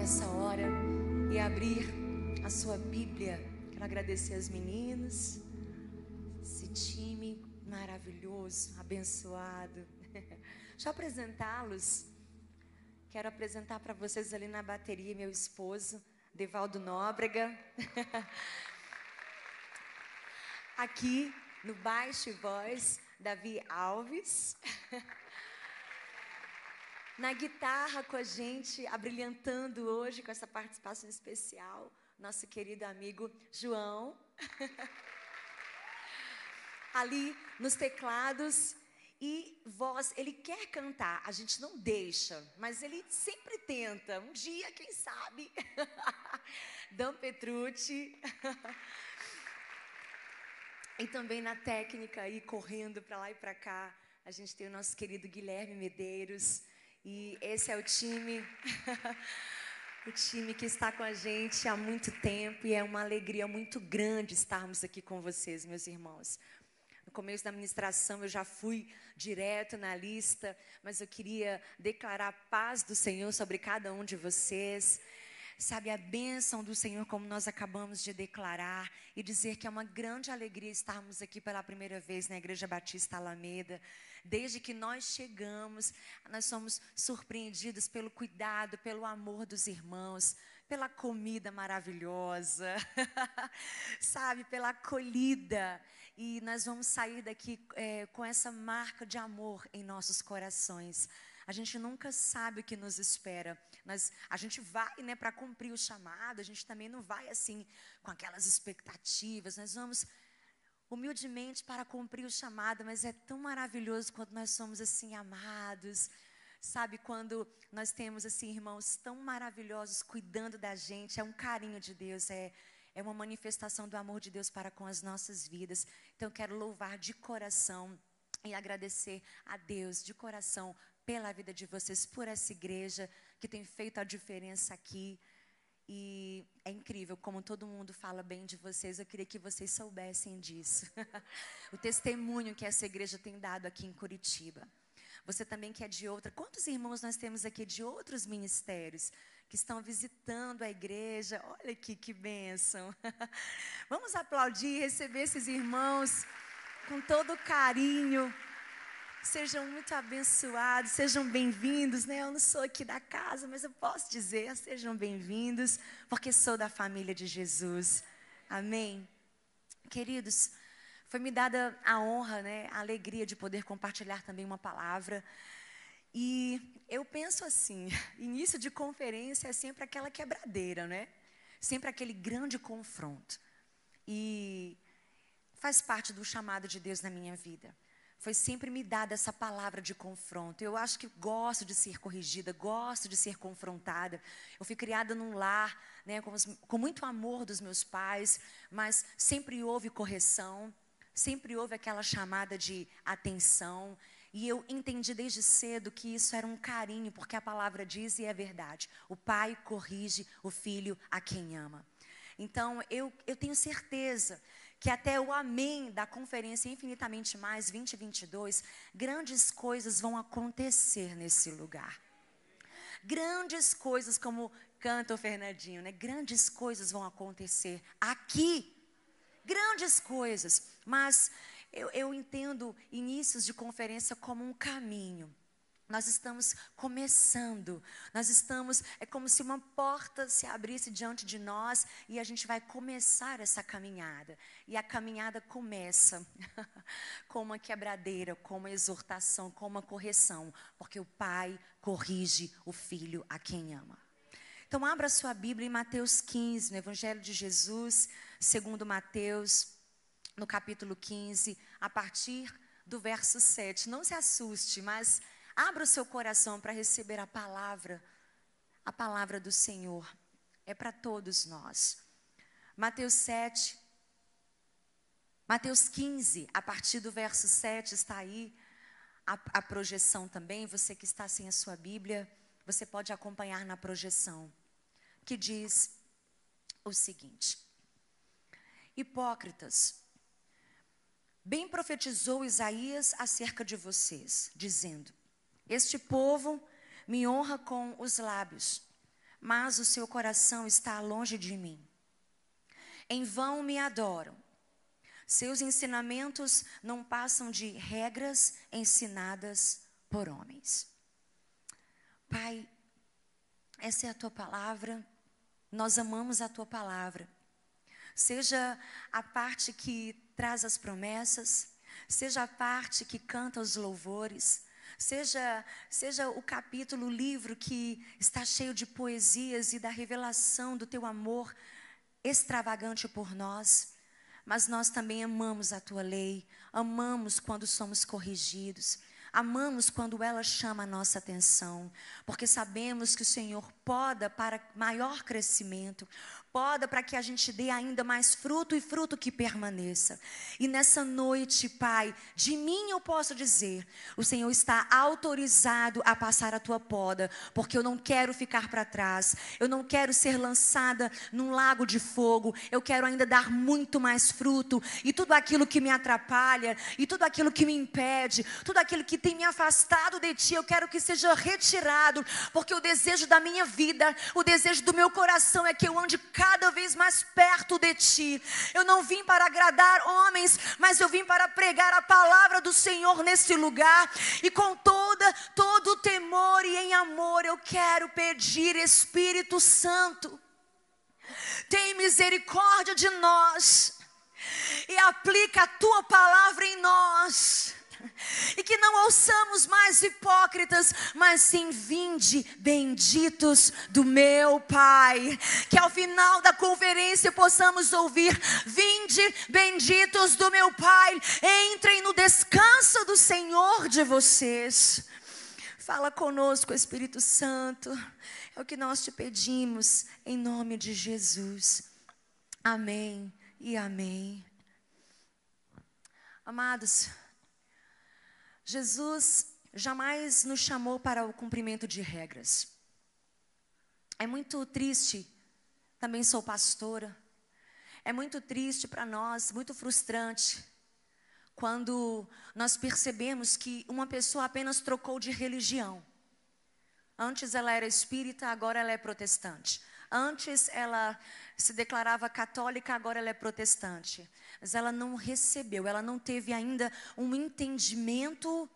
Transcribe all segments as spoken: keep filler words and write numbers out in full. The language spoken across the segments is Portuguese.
nessa hora e abrir a sua Bíblia. Quero agradecer as meninas, esse time maravilhoso, abençoado. Deixa eu apresentá-los. Quero apresentar para vocês ali na bateria meu esposo, Devaldo Nóbrega. Aqui no baixo e voz, Davi Alves. Na guitarra com a gente, abrilhantando hoje com essa participação especial, nosso querido amigo João. Ali nos teclados e voz, ele quer cantar, a gente não deixa, mas ele sempre tenta. Um dia, quem sabe? Dan Petrucci. E também na técnica aí, correndo para lá e para cá, a gente tem o nosso querido Guilherme Medeiros. E esse é o time, o time que está com a gente há muito tempo. E é uma alegria muito grande estarmos aqui com vocês, meus irmãos. No começo da ministração eu já fui direto na lista, mas eu queria declarar a paz do Senhor sobre cada um de vocês. Sabe, a bênção do Senhor, como nós acabamos de declarar, e dizer que é uma grande alegria estarmos aqui pela primeira vez na Igreja Batista Alameda. Desde que nós chegamos, nós somos surpreendidos pelo cuidado, pelo amor dos irmãos, pela comida maravilhosa, sabe, pela acolhida. E nós vamos sair daqui é, com essa marca de amor em nossos corações. A gente nunca sabe o que nos espera. Nós, a gente vai, né, para cumprir o chamado, a gente também não vai assim com aquelas expectativas. Nós vamos humildemente para cumprir o chamado, mas é tão maravilhoso quando nós somos assim amados. Sabe, quando nós temos assim irmãos tão maravilhosos cuidando da gente, é um carinho de Deus, é é uma manifestação do amor de Deus para com as nossas vidas. Então eu quero louvar de coração e agradecer a Deus de coração pela vida de vocês, por essa igreja que tem feito a diferença aqui. E é incrível como todo mundo fala bem de vocês. Eu queria que vocês soubessem disso. O testemunho que essa igreja tem dado aqui em Curitiba. Você também que é de outra. Quantos irmãos nós temos aqui de outros ministérios que estão visitando a igreja? Olha aqui que bênção. Vamos aplaudir e receber esses irmãos com todo carinho. Sejam muito abençoados, sejam bem-vindos, né? Eu não sou aqui da casa, mas eu posso dizer, sejam bem-vindos, porque sou da família de Jesus. Amém? Queridos, foi me dada a honra, né, a alegria de poder compartilhar também uma palavra. E eu penso assim, início de conferência é sempre aquela quebradeira, né? Sempre aquele grande confronto. E faz parte do chamado de Deus na minha vida. Foi sempre me dada essa palavra de confronto. Eu acho que gosto de ser corrigida, gosto de ser confrontada. Eu fui criada num lar, né, com, os, com muito amor dos meus pais, mas sempre houve correção, sempre houve aquela chamada de atenção. E eu entendi desde cedo que isso era um carinho, porque a palavra diz e é verdade. O pai corrige o filho a quem ama. Então, eu, eu tenho certeza que até o amém da conferência Infinitamente Mais vinte e vinte e dois, grandes coisas vão acontecer nesse lugar. Grandes coisas, como canta o Fernandinho, né? Grandes coisas vão acontecer aqui. Grandes coisas. Mas eu, eu entendo inícios de conferência como um caminho. Nós estamos começando, nós estamos, é como se uma porta se abrisse diante de nós e a gente vai começar essa caminhada. E a caminhada começa com uma quebradeira, com uma exortação, com uma correção, porque o pai corrige o filho a quem ama. Então abra sua Bíblia em Mateus quinze, no Evangelho de Jesus, segundo Mateus, no capítulo quinze, a partir do verso sete. Não se assuste, mas abra o seu coração para receber a palavra, a palavra do Senhor. É para todos nós. Mateus sete, Mateus quinze, a partir do verso sete, está aí a, a projeção também. Você que está sem a sua Bíblia, você pode acompanhar na projeção, que diz o seguinte: Hipócritas, bem profetizou Isaías acerca de vocês, dizendo: este povo me honra com os lábios, mas o seu coração está longe de mim. Em vão me adoram. Seus ensinamentos não passam de regras ensinadas por homens. Pai, essa é a tua palavra, nós amamos a tua palavra. Seja a parte que traz as promessas, seja a parte que canta os louvores, seja, seja o capítulo, o livro que está cheio de poesias e da revelação do teu amor extravagante por nós. Mas nós também amamos a tua lei, amamos quando somos corrigidos, amamos quando ela chama a nossa atenção, porque sabemos que o Senhor poda para maior crescimento, poda para que a gente dê ainda mais fruto e fruto que permaneça. E nessa noite, Pai, de mim eu posso dizer, o Senhor está autorizado a passar a tua poda, porque eu não quero ficar para trás, eu não quero ser lançada num lago de fogo, eu quero ainda dar muito mais fruto, e tudo aquilo que me atrapalha, e tudo aquilo que me impede, tudo aquilo que tem me afastado de ti, eu quero que seja retirado, porque o desejo da minha vida, o desejo do meu coração é que eu ande cada vez mais perto de ti. Eu não vim para agradar homens, mas eu vim para pregar a palavra do Senhor nesse lugar, e com toda, todo o temor e em amor eu quero pedir, Espírito Santo, tem misericórdia de nós, e aplica a tua palavra em nós. E que não ouçamos mais hipócritas, mas sim vinde benditos do meu Pai. Que ao final da conferência possamos ouvir: vinde benditos do meu Pai, entrem no descanso do Senhor de vocês. Fala conosco, Espírito Santo, é o que nós te pedimos, em nome de Jesus. Amém e amém. Amados, Jesus jamais nos chamou para o cumprimento de regras. É muito triste, também sou pastora, é muito triste para nós, muito frustrante, quando nós percebemos que uma pessoa apenas trocou de religião. Antes ela era espírita, agora ela é protestante. Antes ela se declarava católica, agora ela é protestante. Mas ela não recebeu, ela não teve ainda um entendimento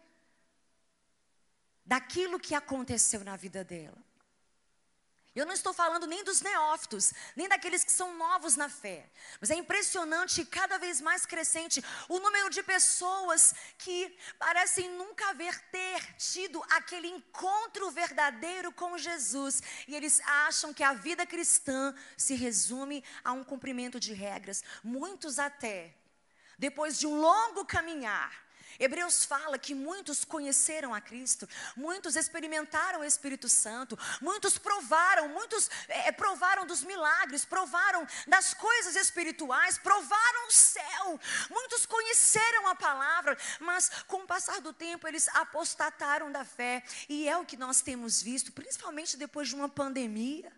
daquilo que aconteceu na vida dela. Eu não estou falando nem dos neófitos, nem daqueles que são novos na fé. Mas é impressionante, cada vez mais crescente, o número de pessoas que parecem nunca haver ter tido aquele encontro verdadeiro com Jesus. E eles acham que a vida cristã se resume a um cumprimento de regras. Muitos até, depois de um longo caminhar, Hebreus fala que muitos conheceram a Cristo, muitos experimentaram o Espírito Santo, muitos provaram, muitos é, provaram dos milagres, provaram das coisas espirituais, provaram o céu, muitos conheceram a palavra, mas com o passar do tempo eles apostataram da fé, e é o que nós temos visto, principalmente depois de uma pandemia.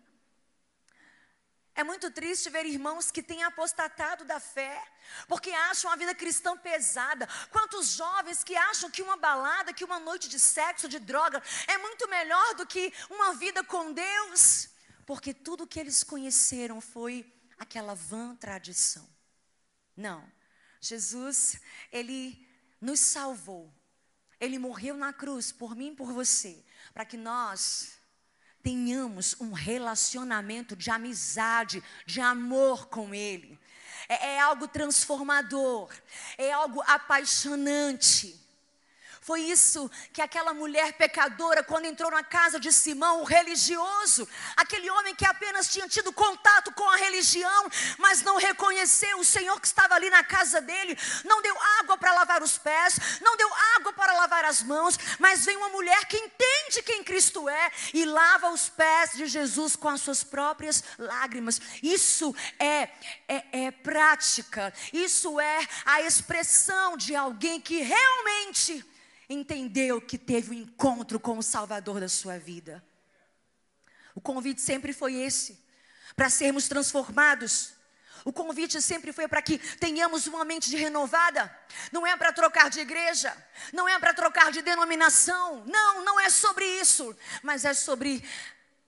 É muito triste ver irmãos que têm apostatado da fé, porque acham a vida cristã pesada. Quantos jovens que acham que uma balada, que uma noite de sexo, de droga, é muito melhor do que uma vida com Deus, porque tudo que eles conheceram foi aquela vã tradição. Não, Jesus, Ele nos salvou, Ele morreu na cruz por mim e por você, para que nós tenhamos um relacionamento de amizade, de amor com Ele. É, é algo transformador, é algo apaixonante. Foi isso que aquela mulher pecadora, quando entrou na casa de Simão, o religioso, aquele homem que apenas tinha tido contato com a religião, mas não reconheceu o Senhor que estava ali na casa dele, não deu água para lavar os pés, não deu água para lavar as mãos, mas vem uma mulher que entende quem Cristo é e lava os pés de Jesus com as suas próprias lágrimas. Isso é, é, é prática, isso é a expressão de alguém que realmente entendeu que teve um encontro com o Salvador da sua vida. O convite sempre foi esse, para sermos transformados. O convite sempre foi para que tenhamos uma mente renovada. Não é para trocar de igreja, não é para trocar de denominação. Não, não é sobre isso, mas é sobre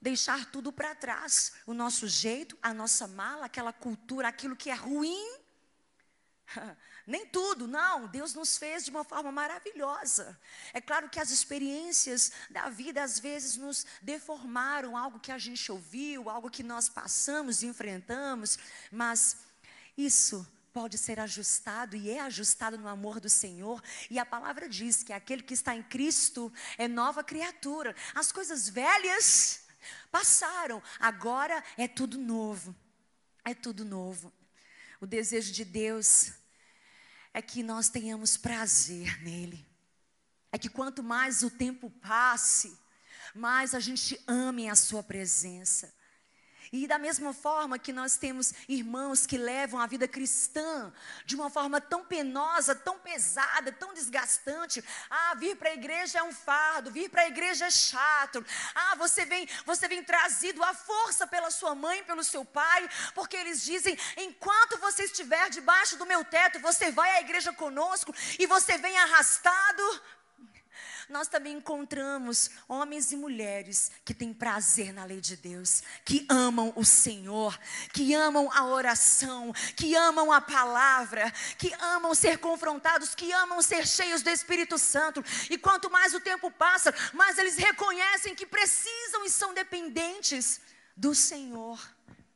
deixar tudo para trás, o nosso jeito, a nossa mala, aquela cultura, aquilo que é ruim. Nem tudo, não, Deus nos fez de uma forma maravilhosa. É claro que as experiências da vida às vezes nos deformaram, algo que a gente ouviu, algo que nós passamos e enfrentamos, mas isso pode ser ajustado e é ajustado no amor do Senhor. E a palavra diz que aquele que está em Cristo é nova criatura. As coisas velhas passaram, agora é tudo novo, é tudo novo. O desejo de Deus é que nós tenhamos prazer nele, é que quanto mais o tempo passe, mais a gente ame a sua presença. E da mesma forma que nós temos irmãos que levam a vida cristã de uma forma tão penosa, tão pesada, tão desgastante. Ah, vir para a igreja é um fardo, vir para a igreja é chato. Ah, você vem, você vem trazido à força pela sua mãe, pelo seu pai, porque eles dizem, enquanto você estiver debaixo do meu teto, você vai à igreja conosco e você vem arrastado. Nós também encontramos homens e mulheres que têm prazer na lei de Deus, que amam o Senhor, que amam a oração, que amam a palavra, que amam ser confrontados, que amam ser cheios do Espírito Santo. E quanto mais o tempo passa, mais eles reconhecem que precisam e são dependentes do Senhor.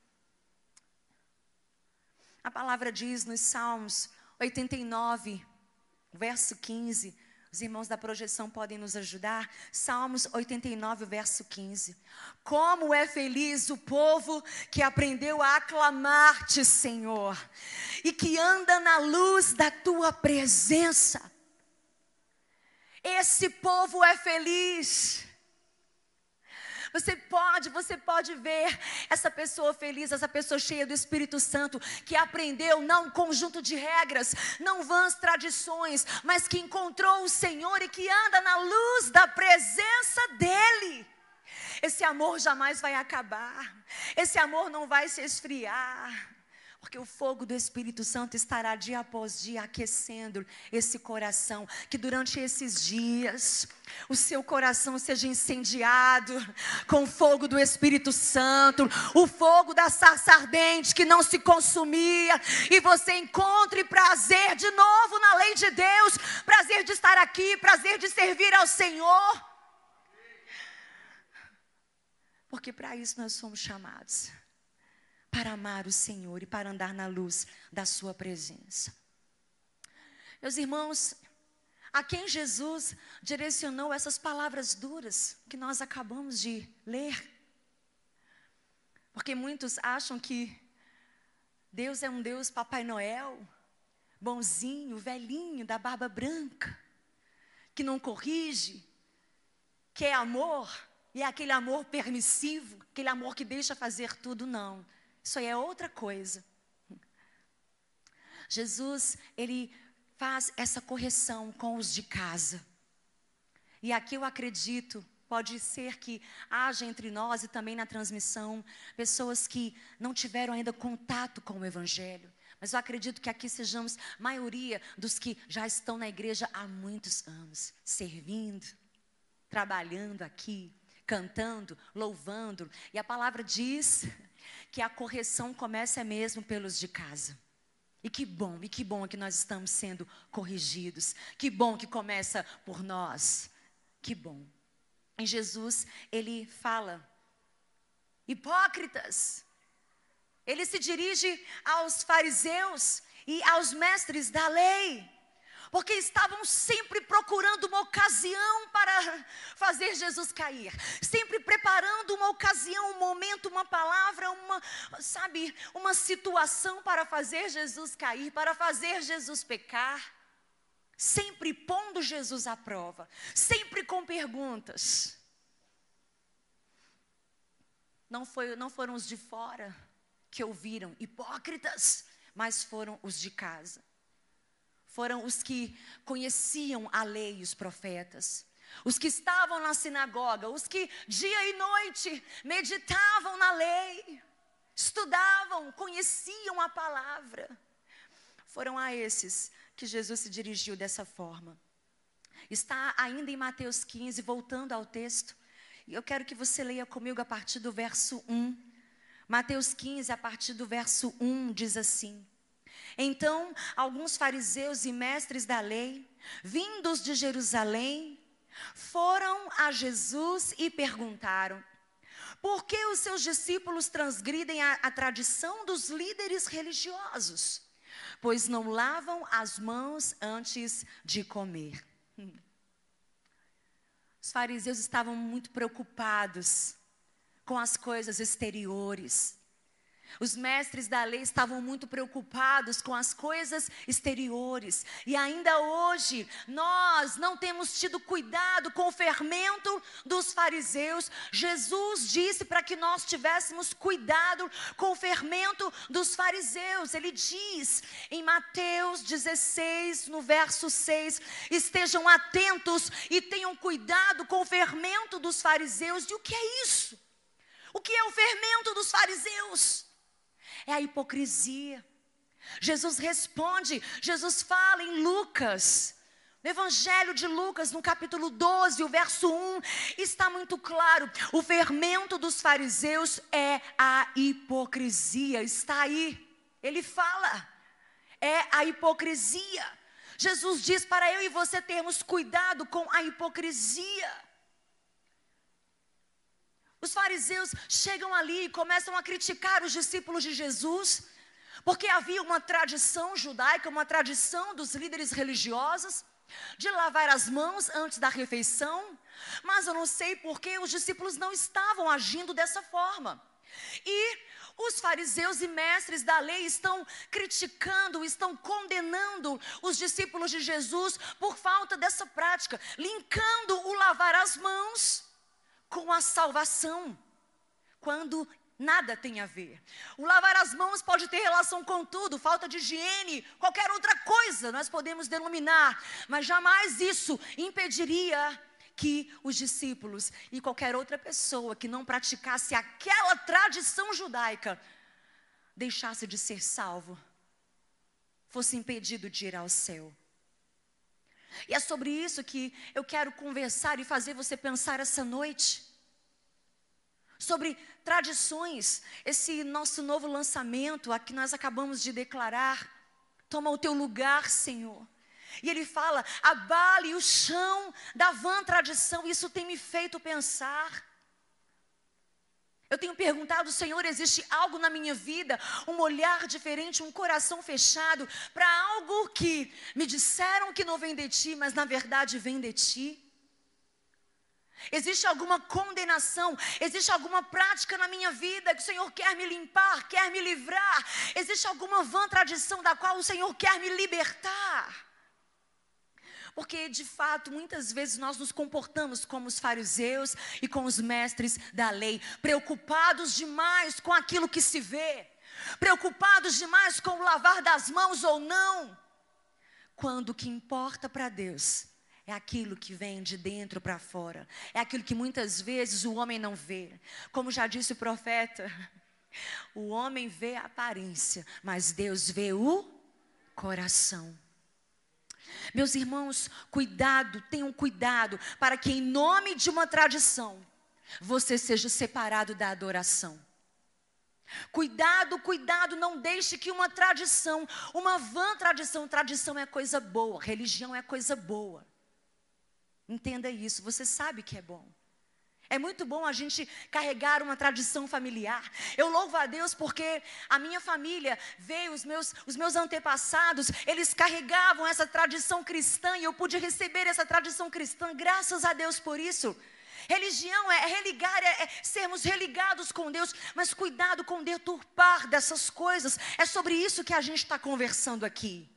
A palavra diz nos Salmos oitenta e nove, verso quinze... Os irmãos da projeção podem nos ajudar. Salmos oitenta e nove, verso quinze. Como é feliz o povo que aprendeu a aclamar-te, Senhor, e que anda na luz da tua presença. Esse povo é feliz. Você pode, você pode ver essa pessoa feliz, essa pessoa cheia do Espírito Santo, que aprendeu não um conjunto de regras, não vãs tradições, mas que encontrou o Senhor e que anda na luz da presença dEle. Esse amor jamais vai acabar, esse amor não vai se esfriar, porque o fogo do Espírito Santo estará dia após dia aquecendo esse coração. Que durante esses dias o seu coração seja incendiado com o fogo do Espírito Santo, o fogo da sarça ardente que não se consumia, e você encontre prazer de novo na lei de Deus, prazer de estar aqui, prazer de servir ao Senhor, porque para isso nós somos chamados, para amar o Senhor e para andar na luz da sua presença. Meus irmãos, a quem Jesus direcionou essas palavras duras que nós acabamos de ler? Porque muitos acham que Deus é um Deus Papai Noel, bonzinho, velhinho, da barba branca, que não corrige, que é amor, e é aquele amor permissivo, aquele amor que deixa fazer tudo. Não. Isso aí é outra coisa. Jesus, ele faz essa correção com os de casa. E aqui eu acredito, pode ser que haja entre nós e também na transmissão, pessoas que não tiveram ainda contato com o Evangelho. Mas eu acredito que aqui sejamos maioria dos que já estão na igreja há muitos anos, servindo, trabalhando aqui, cantando, louvando. E a palavra diz que a correção começa mesmo pelos de casa. E que bom, e que bom que nós estamos sendo corrigidos. Que bom que começa por nós. Que bom. Em Jesus, ele fala, hipócritas. Ele se dirige aos fariseus e aos mestres da lei, porque estavam sempre procurando uma ocasião para fazer Jesus cair, sempre preparando uma ocasião, um momento, uma palavra, uma, sabe, uma situação para fazer Jesus cair, para fazer Jesus pecar, sempre pondo Jesus à prova, sempre com perguntas. Não foi, não foram os de fora que ouviram, hipócritas, mas foram os de casa. Foram os que conheciam a lei e os profetas, os que estavam na sinagoga, os que dia e noite meditavam na lei, estudavam, conheciam a palavra. Foram a esses que Jesus se dirigiu dessa forma. Está ainda em Mateus quinze, voltando ao texto, E eu quero que você leia comigo a partir do verso um. Mateus quinze, a partir do verso um, diz assim: Então, alguns fariseus e mestres da lei, vindos de Jerusalém, foram a Jesus e perguntaram: Por que os seus discípulos transgridem a, a tradição dos líderes religiosos? Pois não lavam as mãos antes de comer. Os fariseus estavam muito preocupados com as coisas exteriores. Os mestres da lei estavam muito preocupados com as coisas exteriores. E ainda hoje, nós não temos tido cuidado com o fermento dos fariseus. Jesus disse para que nós tivéssemos cuidado com o fermento dos fariseus. Ele diz em Mateus dezesseis, no verso seis, estejam atentos e tenham cuidado com o fermento dos fariseus. E o que é isso? O que é o fermento dos fariseus? É a hipocrisia. Jesus responde, Jesus fala em Lucas, no Evangelho de Lucas, no capítulo doze, o verso um, está muito claro. O fermento dos fariseus é a hipocrisia, está aí. Ele fala, é a hipocrisia. Jesus diz para eu e você termos cuidado com a hipocrisia. Os fariseus chegam ali e começam a criticar os discípulos de Jesus, porque havia uma tradição judaica, uma tradição dos líderes religiosos, de lavar as mãos antes da refeição, mas eu não sei por que os discípulos não estavam agindo dessa forma. E os fariseus e mestres da lei estão criticando, estão condenando os discípulos de Jesus por falta dessa prática, linkando o lavar as mãos com a salvação, quando nada tem a ver. O lavar as mãos pode ter relação com tudo, falta de higiene, qualquer outra coisa nós podemos denominar, mas jamais isso impediria que os discípulos e qualquer outra pessoa que não praticasse aquela tradição judaica deixasse de ser salvo, fosse impedido de ir ao céu. E é sobre isso que eu quero conversar e fazer você pensar essa noite. Sobre tradições, esse nosso novo lançamento, a que nós acabamos de declarar, toma o teu lugar, Senhor. E ele fala, abale o chão da vã tradição, isso tem me feito pensar. Eu tenho perguntado, Senhor, existe algo na minha vida, um olhar diferente, um coração fechado, para algo que me disseram que não vem de Ti, mas na verdade vem de Ti? Existe alguma condenação, existe alguma prática na minha vida que o Senhor quer me limpar, quer me livrar? Existe alguma vã tradição da qual o Senhor quer me libertar? Porque, de fato, muitas vezes nós nos comportamos como os fariseus e com os mestres da lei, preocupados demais com aquilo que se vê, preocupados demais com o lavar das mãos ou não, quando o que importa para Deus é aquilo que vem de dentro para fora, é aquilo que muitas vezes o homem não vê. Como já disse o profeta, o homem vê a aparência, mas Deus vê o coração. Meus irmãos, cuidado, tenham cuidado, para que em nome de uma tradição, você seja separado da adoração. Cuidado, cuidado, não deixe que uma tradição, uma vã tradição, tradição é coisa boa, religião é coisa boa. Entenda isso, você sabe que é bom. É muito bom a gente carregar uma tradição familiar. Eu louvo a Deus porque a minha família veio, os meus, os meus antepassados, eles carregavam essa tradição cristã e eu pude receber essa tradição cristã, graças a Deus por isso. Religião é religar, é, é sermos religados com Deus, mas cuidado com deturpar dessas coisas. É sobre isso que a gente está conversando aqui.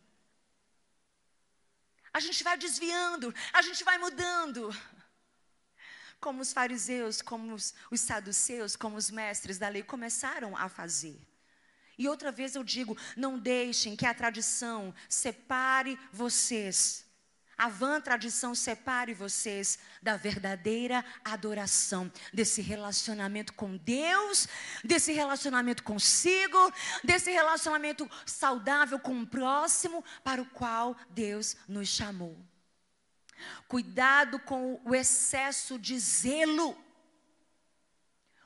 A gente vai desviando, a gente vai mudando. Como os fariseus, como os, os saduceus, como os mestres da lei começaram a fazer. E outra vez eu digo, não deixem que a tradição separe vocês. A vã tradição separe vocês da verdadeira adoração, desse relacionamento com Deus, desse relacionamento consigo, desse relacionamento saudável com o próximo, para o qual Deus nos chamou. Cuidado com o excesso de zelo.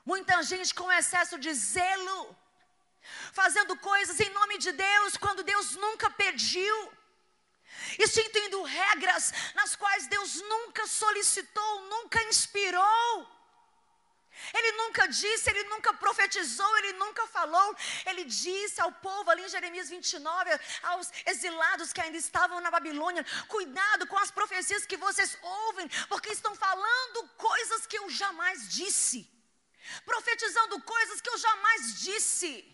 Muita gente com excesso de zelo, fazendo coisas em nome de Deus, quando Deus nunca pediu, instituindo regras nas quais Deus nunca solicitou, nunca inspirou. Ele nunca disse, ele nunca profetizou, ele nunca falou. Ele disse ao povo ali em Jeremias vinte e nove, aos exilados que ainda estavam na Babilônia: cuidado com as profecias que vocês ouvem, porque estão falando coisas que eu jamais disse, profetizando coisas que eu jamais disse.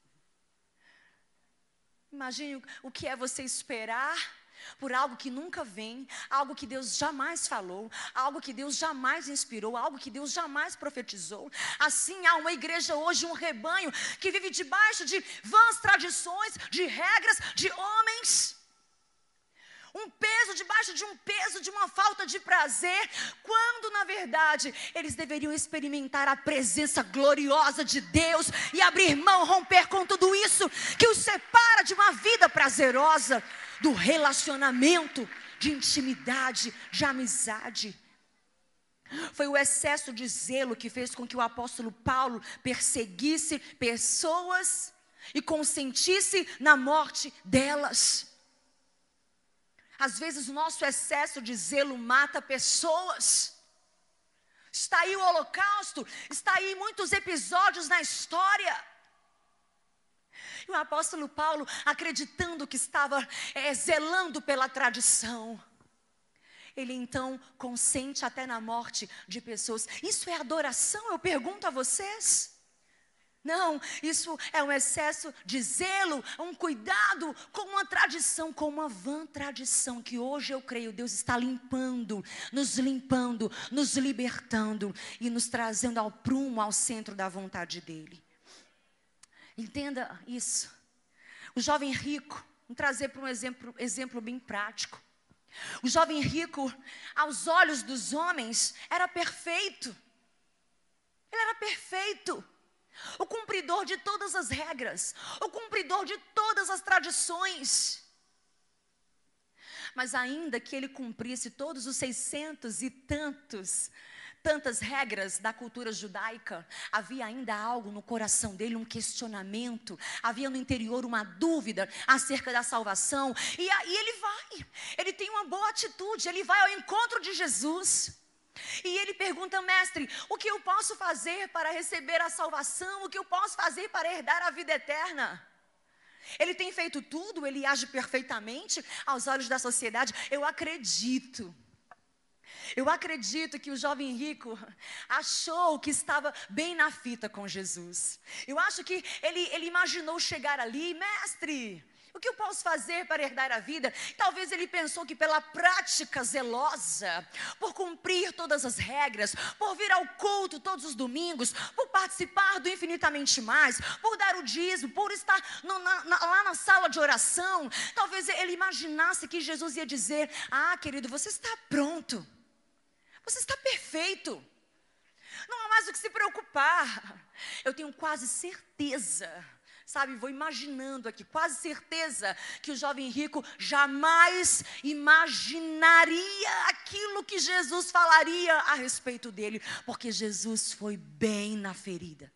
Imagine o que é você esperar por algo que nunca vem, algo que Deus jamais falou, algo que Deus jamais inspirou, algo que Deus jamais profetizou. Assim há uma igreja hoje, um rebanho que vive debaixo de vãs tradições, de regras, de homens. Um peso debaixo de um peso, de uma falta de prazer, quando na verdade eles deveriam experimentar a presença gloriosa de Deus e abrir mão, romper com tudo isso que os separa de uma vida prazerosa, do relacionamento, de intimidade, de amizade. Foi o excesso de zelo que fez com que o apóstolo Paulo perseguisse pessoas e consentisse na morte delas. Às vezes o nosso excesso de zelo mata pessoas. Está aí o Holocausto, está aí muitos episódios na história. E o apóstolo Paulo, acreditando que estava é, zelando pela tradição, ele então consente até na morte de pessoas. Isso é adoração? Eu pergunto a vocês. Não, isso é um excesso de zelo, um cuidado com uma tradição, com uma vã tradição, que hoje eu creio Deus está limpando, nos limpando, nos libertando e nos trazendo ao prumo, ao centro da vontade dEle. Entenda isso. O jovem rico, vou trazer para um exemplo, exemplo bem prático. O jovem rico, aos olhos dos homens, era perfeito. Ele era perfeito. O cumpridor de todas as regras, o cumpridor de todas as tradições. Mas ainda que ele cumprisse todos os seiscentos e tantos, tantas regras da cultura judaica, havia ainda algo no coração dele, um questionamento, havia no interior uma dúvida acerca da salvação. E aí ele vai, ele tem uma boa atitude, ele vai ao encontro de Jesus. E ele pergunta: mestre, o que eu posso fazer para receber a salvação? O que eu posso fazer para herdar a vida eterna? Ele tem feito tudo, ele age perfeitamente aos olhos da sociedade. Eu acredito, eu acredito que o jovem rico achou que estava bem na fita com Jesus. Eu acho que ele, ele imaginou chegar ali: mestre, o que eu posso fazer para herdar a vida? Talvez ele pensou que pela prática zelosa, por cumprir todas as regras, por vir ao culto todos os domingos, por participar do infinitamente mais, por dar o dízimo, por estar no, na, na, lá na sala de oração, talvez ele imaginasse que Jesus ia dizer: ah, querido, você está pronto, você está perfeito, não há mais o que se preocupar. Eu tenho quase certeza, sabe, vou imaginando aqui, quase certeza que o jovem rico jamais imaginaria aquilo que Jesus falaria a respeito dele, porque Jesus foi bem na ferida.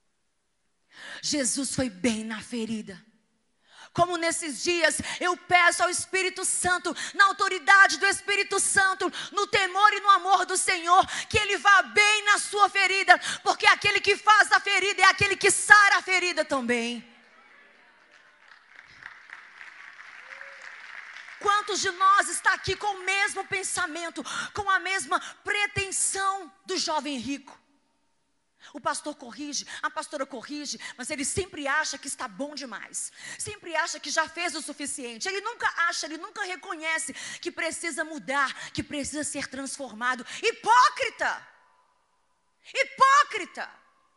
Jesus foi bem na ferida. Como nesses dias eu peço ao Espírito Santo, na autoridade do Espírito Santo, no temor e no amor do Senhor, que Ele vá bem na sua ferida, porque aquele que faz a ferida é aquele que sara a ferida também. Quantos de nós está aqui com o mesmo pensamento, com a mesma pretensão do jovem rico? O pastor corrige, a pastora corrige, mas ele sempre acha que está bom demais. Sempre acha que já fez o suficiente. Ele nunca acha, ele nunca reconhece que precisa mudar, que precisa ser transformado. Hipócrita! Hipócrita!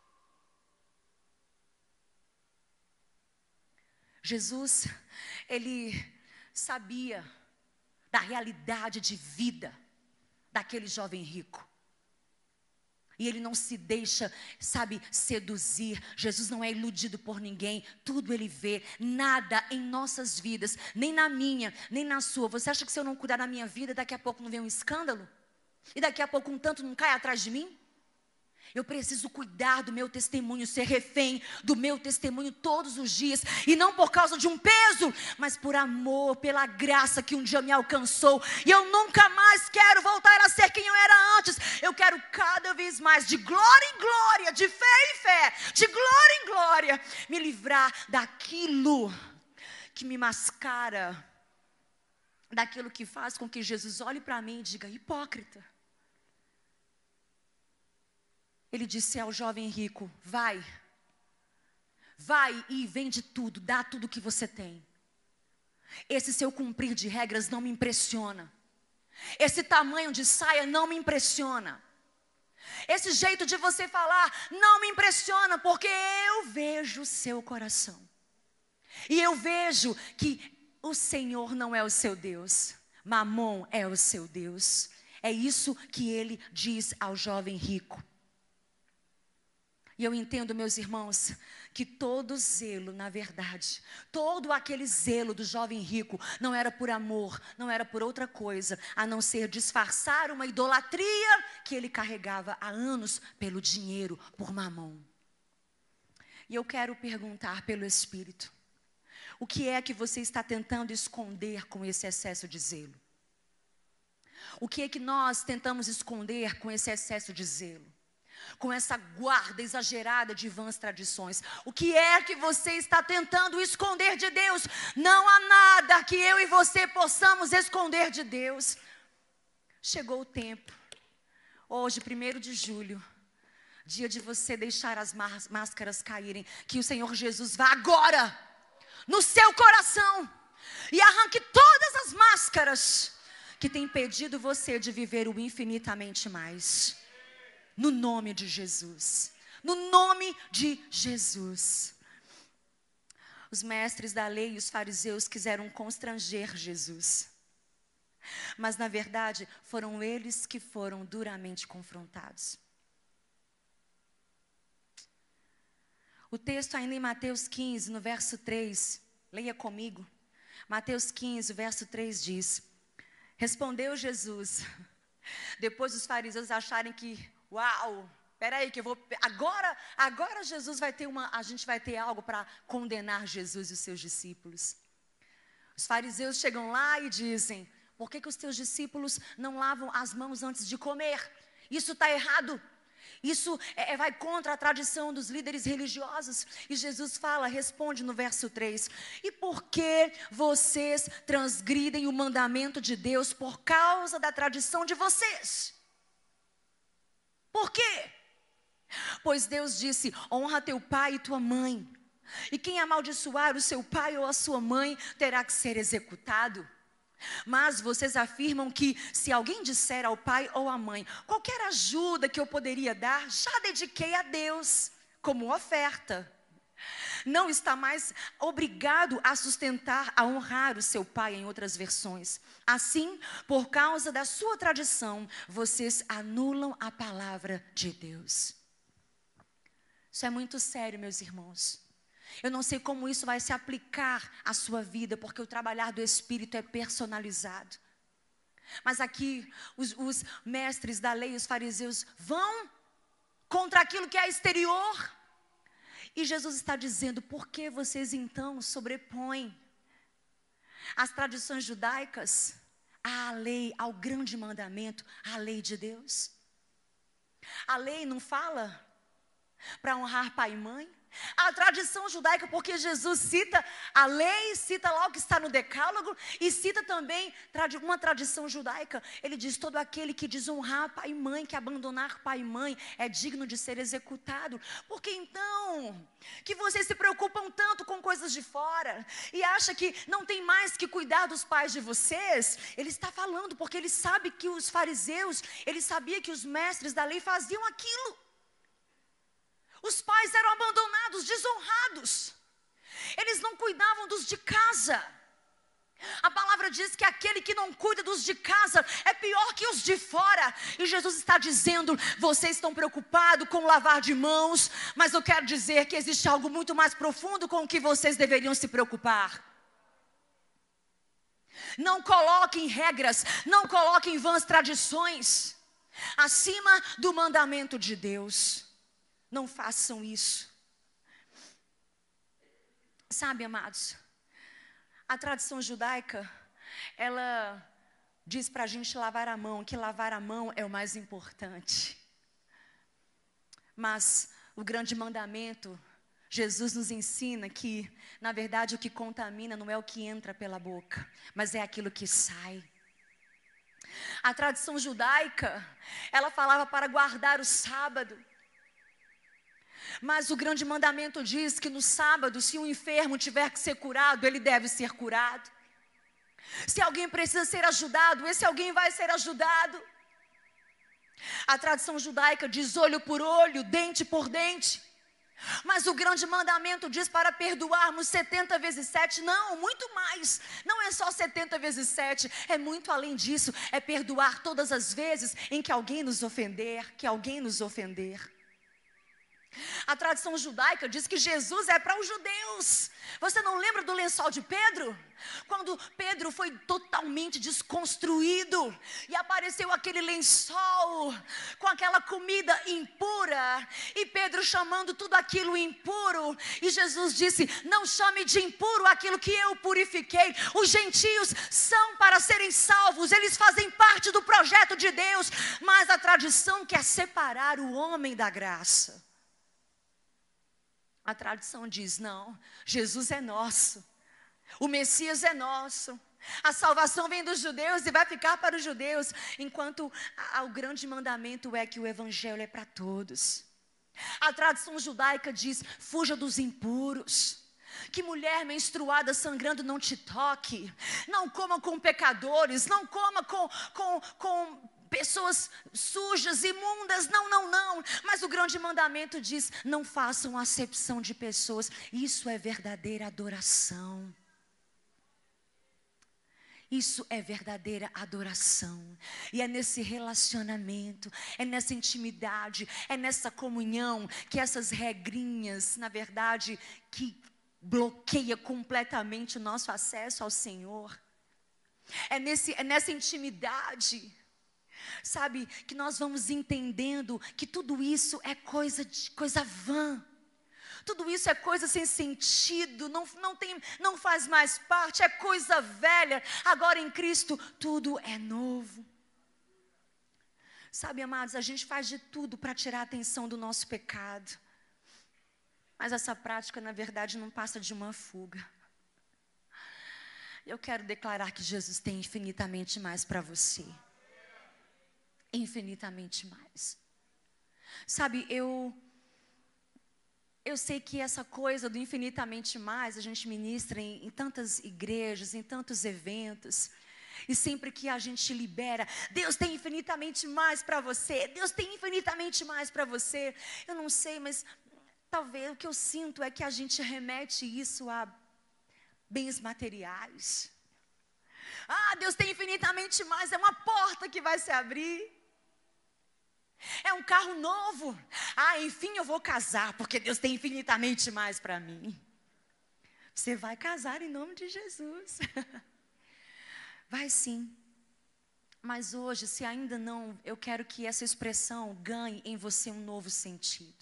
Jesus, ele sabia da realidade de vida daquele jovem rico. E ele não se deixa, sabe, seduzir. Jesus não é iludido por ninguém. Tudo ele vê. Nada em nossas vidas, nem na minha, nem na sua. Você acha que se eu não cuidar da minha vida, daqui a pouco não vem um escândalo? E daqui a pouco um tanto não cai atrás de mim? Eu preciso cuidar do meu testemunho, ser refém do meu testemunho todos os dias. E não por causa de um peso, mas por amor, pela graça que um dia me alcançou. E eu nunca mais quero voltar a ser quem eu era antes. Eu quero cada vez mais, de glória em glória, de fé em fé, de glória em glória, me livrar daquilo que me mascara, daquilo que faz com que Jesus olhe para mim e diga: hipócrita. Ele disse ao jovem rico: vai, vai e vende tudo, dá tudo que você tem. Esse seu cumprir de regras não me impressiona. Esse tamanho de saia não me impressiona. Esse jeito de você falar não me impressiona, porque eu vejo o seu coração. E eu vejo que o Senhor não é o seu Deus, Mamon é o seu Deus. É isso que ele diz ao jovem rico. E eu entendo, meus irmãos, que todo zelo, na verdade, todo aquele zelo do jovem rico não era por amor, não era por outra coisa, a não ser disfarçar uma idolatria que ele carregava há anos pelo dinheiro, por Mamon. E eu quero perguntar pelo Espírito: o que é que você está tentando esconder com esse excesso de zelo? O que é que nós tentamos esconder com esse excesso de zelo? Com essa guarda exagerada de vãs tradições? O que é que você está tentando esconder de Deus? Não há nada que eu e você possamos esconder de Deus. Chegou o tempo, hoje, primeiro de julho, dia de você deixar as máscaras caírem. Que o Senhor Jesus vá agora no seu coração e arranque todas as máscaras que têm impedido você de viver o infinitamente mais. No nome de Jesus. No nome de Jesus. Os mestres da lei e os fariseus quiseram constranger Jesus. Mas na verdade foram eles que foram duramente confrontados. O texto ainda em Mateus quinze, no verso três. Leia comigo. Mateus quinze, verso três diz: respondeu Jesus. Depois os fariseus acharem que: uau, peraí que eu vou, agora, agora Jesus vai ter uma, a gente vai ter algo para condenar Jesus e os seus discípulos. Os fariseus chegam lá e dizem: por que que os teus discípulos não lavam as mãos antes de comer? Isso está errado. Isso é, vai contra a tradição dos líderes religiosos. E Jesus fala, responde no verso três: e por que vocês transgridem o mandamento de Deus por causa da tradição de vocês? Por quê? Pois Deus disse: honra teu pai e tua mãe, e quem amaldiçoar o seu pai ou a sua mãe terá que ser executado. Mas vocês afirmam que se alguém disser ao pai ou à mãe: qualquer ajuda que eu poderia dar, já dediquei a Deus como oferta, não está mais obrigado a sustentar, a honrar o seu pai, em outras versões. Assim, por causa da sua tradição, vocês anulam a palavra de Deus. Isso é muito sério, meus irmãos. Eu não sei como isso vai se aplicar à sua vida, porque o trabalhar do Espírito é personalizado. Mas aqui, os, os mestres da lei, os fariseus, vão contra aquilo que é exterior. E Jesus está dizendo: por que vocês então sobrepõem as tradições judaicas à lei, ao grande mandamento, à lei de Deus? A lei não fala para honrar pai e mãe? A tradição judaica, porque Jesus cita a lei, cita lá o que está no decálogo, e cita também uma tradição judaica. Ele diz: todo aquele que desonrar pai e mãe, que abandonar pai e mãe, é digno de ser executado. Por que então que vocês se preocupam tanto com coisas de fora e acham que não tem mais que cuidar dos pais de vocês? Ele está falando porque ele sabe que os fariseus, ele sabia que os mestres da lei faziam aquilo. Os pais eram abandonados, desonrados. Eles não cuidavam dos de casa. A palavra diz que aquele que não cuida dos de casa é pior que os de fora. E Jesus está dizendo: vocês estão preocupados com lavar de mãos, mas eu quero dizer que existe algo muito mais profundo com o que vocês deveriam se preocupar. Não coloquem regras, não coloquem vãs tradições acima do mandamento de Deus. Não façam isso. Sabe, amados, a tradição judaica, ela diz para a gente lavar a mão, que lavar a mão é o mais importante. Mas o grande mandamento, Jesus nos ensina que, na verdade, o que contamina não é o que entra pela boca, mas é aquilo que sai. A tradição judaica, ela falava para guardar o sábado. Mas o grande mandamento diz que no sábado, se um enfermo tiver que ser curado, ele deve ser curado. Se alguém precisa ser ajudado, esse alguém vai ser ajudado. A tradição judaica diz olho por olho, dente por dente. Mas o grande mandamento diz para perdoarmos setenta vezes sete. Não, muito mais. Não é só setenta vezes sete. É muito além disso. É perdoar todas as vezes em que alguém nos ofender. Que alguém nos ofender. A tradição judaica diz que Jesus é para os judeus. Você não lembra do lençol de Pedro? Quando Pedro foi totalmente desconstruído e apareceu aquele lençol com aquela comida impura, e Pedro chamando tudo aquilo impuro, e Jesus disse: não chame de impuro aquilo que eu purifiquei. Os gentios são para serem salvos, eles fazem parte do projeto de Deus, mas a tradição quer separar o homem da graça. A tradição diz: não, Jesus é nosso, o Messias é nosso, a salvação vem dos judeus e vai ficar para os judeus, enquanto a, a, o grande mandamento é que o evangelho é para todos. A tradição judaica diz: fuja dos impuros, que mulher menstruada sangrando não te toque, não coma com pecadores, não coma com... com, com pessoas sujas, imundas, não, não, não. Mas o grande mandamento diz: não façam acepção de pessoas. Isso é verdadeira adoração. Isso é verdadeira adoração. E é nesse relacionamento, é nessa intimidade, é nessa comunhão que essas regrinhas, na verdade, que bloqueia completamente o nosso acesso ao Senhor. É, nesse, é nessa intimidade, sabe, que nós vamos entendendo que tudo isso é coisa, de, coisa vã. Tudo isso é coisa sem sentido, não, não, tem, não faz mais parte, é coisa velha. Agora em Cristo tudo é novo. Sabe, amados, a gente faz de tudo para tirar a atenção do nosso pecado. Mas essa prática, na verdade, não passa de uma fuga. Eu quero declarar que Jesus tem infinitamente mais para você. Infinitamente mais. Sabe, eu eu sei que essa coisa do infinitamente mais a gente ministra em, em tantas igrejas, em tantos eventos, e sempre que a gente libera: Deus tem infinitamente mais para você, Deus tem infinitamente mais para você. Eu não sei, mas talvez o que eu sinto é que a gente remete isso a bens materiais. Ah, Deus tem infinitamente mais, é uma porta que vai se abrir. É um carro novo. Ah, enfim, eu vou casar, porque Deus tem infinitamente mais para mim. Você vai casar em nome de Jesus. Vai sim. Mas hoje, se ainda não, eu quero que essa expressão ganhe em você um novo sentido.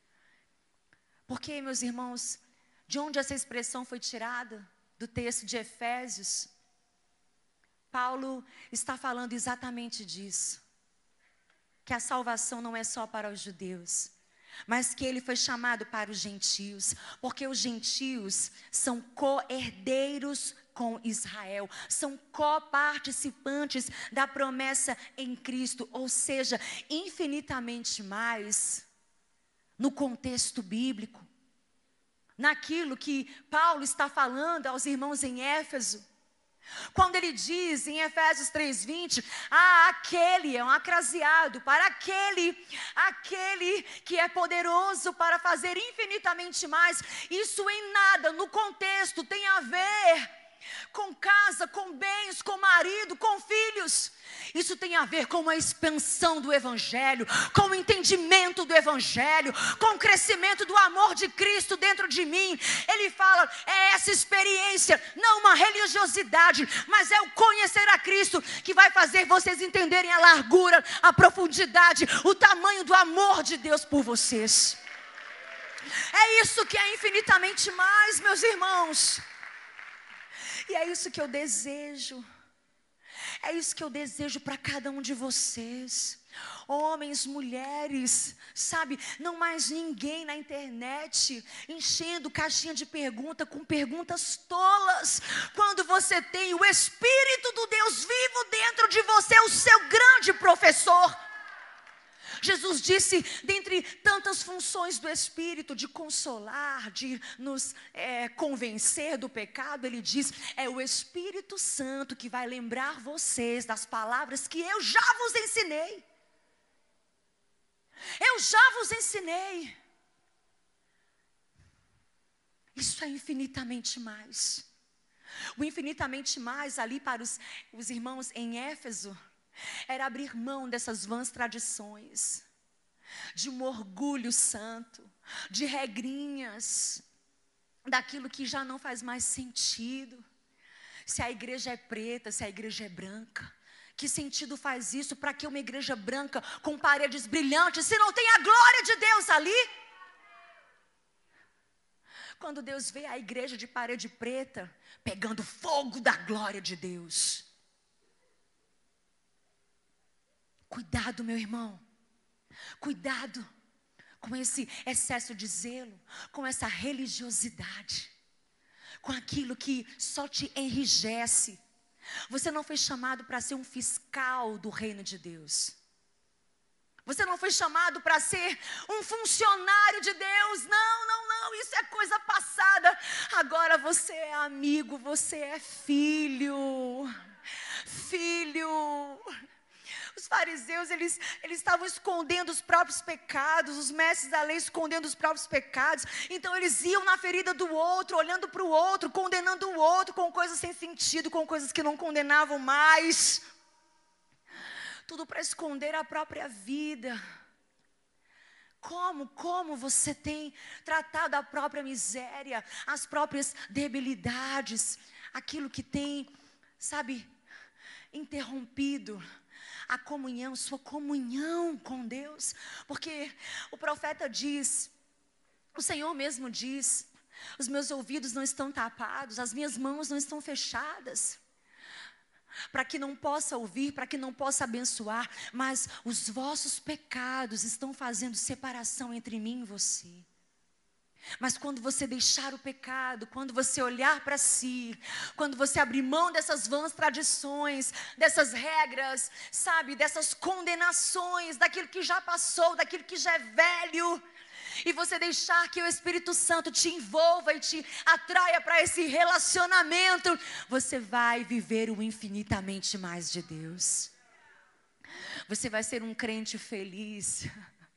Porque, meus irmãos, de onde essa expressão foi tirada? Do texto de Efésios. Paulo está falando exatamente disso. Que a salvação não é só para os judeus, mas que ele foi chamado para os gentios, porque os gentios são co-herdeiros com Israel, são co-participantes da promessa em Cristo, ou seja, infinitamente mais no contexto bíblico, naquilo que Paulo está falando aos irmãos em Éfeso. Quando ele diz em Efésios três, vinte, ah, aquele é um acraseado, para aquele, aquele que é poderoso para fazer infinitamente mais. Isso em nada, no contexto, tem a ver com casa, com bens, com marido, com filhos. Isso tem a ver com a expansão do Evangelho, com o entendimento do Evangelho, com o crescimento do amor de Cristo dentro de mim. Ele fala, é essa experiência, não uma religiosidade, mas é o conhecer a Cristo que vai fazer vocês entenderem a largura, a profundidade, o tamanho do amor de Deus por vocês. É isso que é infinitamente mais, meus irmãos. E é isso que eu desejo. É isso que eu desejo para cada um de vocês. Homens, mulheres, sabe, não mais ninguém na internet enchendo caixinha de pergunta com perguntas tolas, quando você tem o Espírito do Deus vivo dentro de você, o seu grande professor. Jesus disse, dentre tantas funções do Espírito, de consolar, de nos é, convencer do pecado, ele diz, é o Espírito Santo que vai lembrar vocês das palavras que eu já vos ensinei. Eu já vos ensinei. Isso é infinitamente mais. O infinitamente mais ali para os, os irmãos em Éfeso, era abrir mão dessas vãs tradições, de um orgulho santo, de regrinhas, daquilo que já não faz mais sentido. Se a igreja é preta, se a igreja é branca, que sentido faz isso? Para que uma igreja branca com paredes brilhantes, se não tem a glória de Deus ali? Quando Deus vê a igreja de parede preta, pegando fogo da glória de Deus. Cuidado, meu irmão. Cuidado com esse excesso de zelo, com essa religiosidade, com aquilo que só te enrijece. Você não foi chamado para ser um fiscal do reino de Deus. Você não foi chamado para ser um funcionário de Deus. Não, não, não, isso é coisa passada. Agora você é amigo, você é filho. Filho. Os fariseus, eles, eles estavam escondendo os próprios pecados, os mestres da lei escondendo os próprios pecados. Então eles iam na ferida do outro, olhando para o outro, condenando o outro com coisas sem sentido, com coisas que não condenavam mais. Tudo para esconder a própria vida. Como, como você tem tratado a própria miséria, as próprias debilidades, aquilo que tem, sabe, interrompido a comunhão, sua comunhão com Deus. Porque o profeta diz, o Senhor mesmo diz, os meus ouvidos não estão tapados, as minhas mãos não estão fechadas, para que não possa ouvir, para que não possa abençoar, mas os vossos pecados estão fazendo separação entre mim e você. Mas quando você deixar o pecado, quando você olhar para si, quando você abrir mão dessas vãs tradições, dessas regras, sabe, dessas condenações, daquilo que já passou, daquilo que já é velho, e você deixar que o Espírito Santo te envolva e te atraia para esse relacionamento, você vai viver o infinitamente mais de Deus. Você vai ser um crente feliz.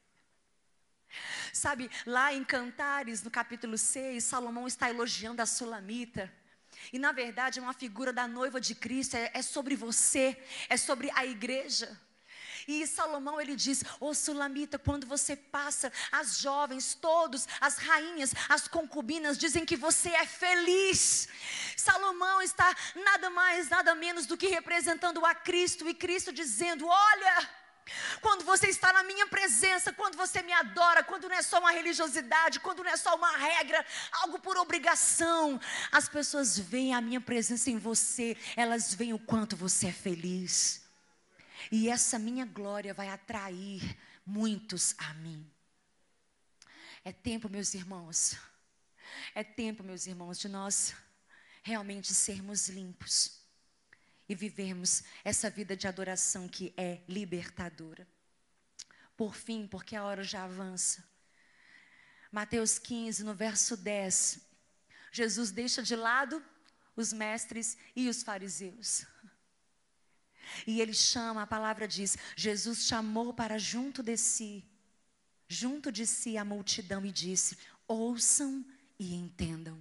Sabe, lá em Cantares, no capítulo seis, Salomão está elogiando a Sulamita. E na verdade é uma figura da noiva de Cristo, é, é sobre você, é sobre a igreja. E Salomão, ele diz, ô Sulamita, quando você passa, as jovens, todos, as rainhas, as concubinas, dizem que você é feliz. Salomão está nada mais, nada menos do que representando a Cristo, e Cristo dizendo, olha, quando você está na minha presença, quando você me adora, quando não é só uma religiosidade, quando não é só uma regra, algo por obrigação, as pessoas veem a minha presença em você, elas veem o quanto você é feliz. E essa minha glória vai atrair muitos a mim. É tempo, meus irmãos, é tempo, meus irmãos, de nós realmente sermos limpos e vivermos essa vida de adoração que é libertadora. Por fim, porque a hora já avança, Mateus quinze, no verso dez, Jesus deixa de lado os mestres e os fariseus. E ele chama, a palavra diz, Jesus chamou para junto de si, junto de si a multidão e disse, ouçam e entendam.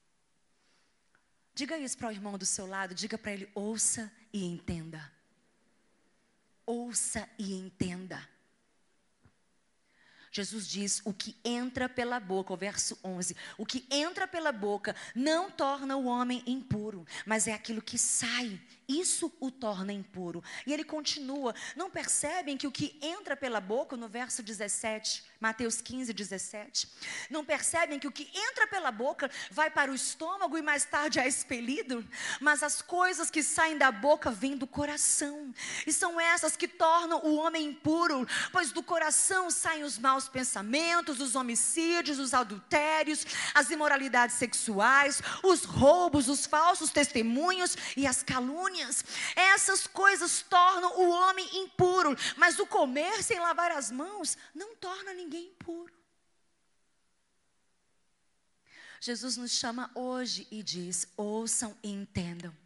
Diga isso para o irmão do seu lado, diga para ele, ouça e entenda. Ouça e entenda. Jesus diz, o que entra pela boca, o verso onze, o que entra pela boca não torna o homem impuro, mas é aquilo que sai, isso o torna impuro. E ele continua, não percebem que o que entra pela boca, no verso dezessete, Mateus quinze, dezessete. Não percebem que o que entra pela boca vai para o estômago e mais tarde é expelido? Mas as coisas que saem da boca vêm do coração. E são essas que tornam o homem impuro. Pois do coração saem os maus pensamentos, os homicídios, os adultérios, as imoralidades sexuais, os roubos, os falsos testemunhos e as calúnias. Essas coisas tornam o homem impuro. Mas o comer sem lavar as mãos não torna ninguém ninguém impuro. Jesus nos chama hoje e diz: ouçam e entendam.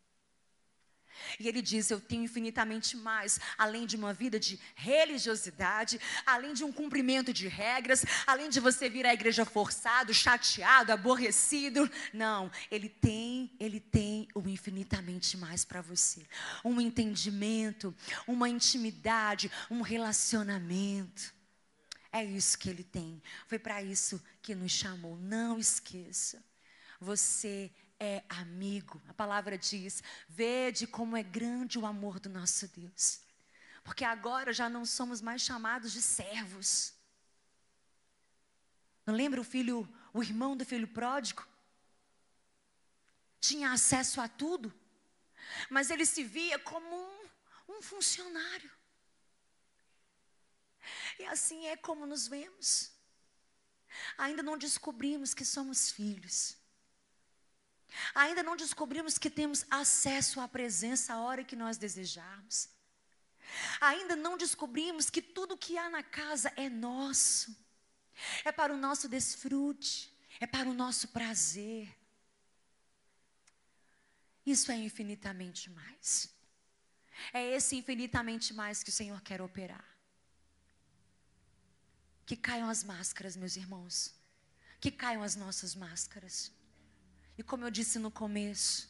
E ele diz: eu tenho infinitamente mais, além de uma vida de religiosidade, além de um cumprimento de regras, além de você vir à igreja forçado, chateado, aborrecido. Não, ele tem, ele tem o infinitamente mais para você. Um entendimento, uma intimidade, um relacionamento. É isso que ele tem. Foi para isso que nos chamou. Não esqueça. Você é amigo. A palavra diz: vede como é grande o amor do nosso Deus. Porque agora já não somos mais chamados de servos. Não lembra o filho, o irmão do filho pródigo? Tinha acesso a tudo. Mas ele se via como um, um funcionário. E assim é como nos vemos. Ainda não descobrimos que somos filhos. Ainda não descobrimos que temos acesso à presença a hora que nós desejarmos. Ainda não descobrimos que tudo que há na casa é nosso. É para o nosso desfrute. É para o nosso prazer. Isso é infinitamente mais. É esse infinitamente mais que o Senhor quer operar. Que caiam as máscaras, meus irmãos. Que caiam as nossas máscaras. E como eu disse no começo,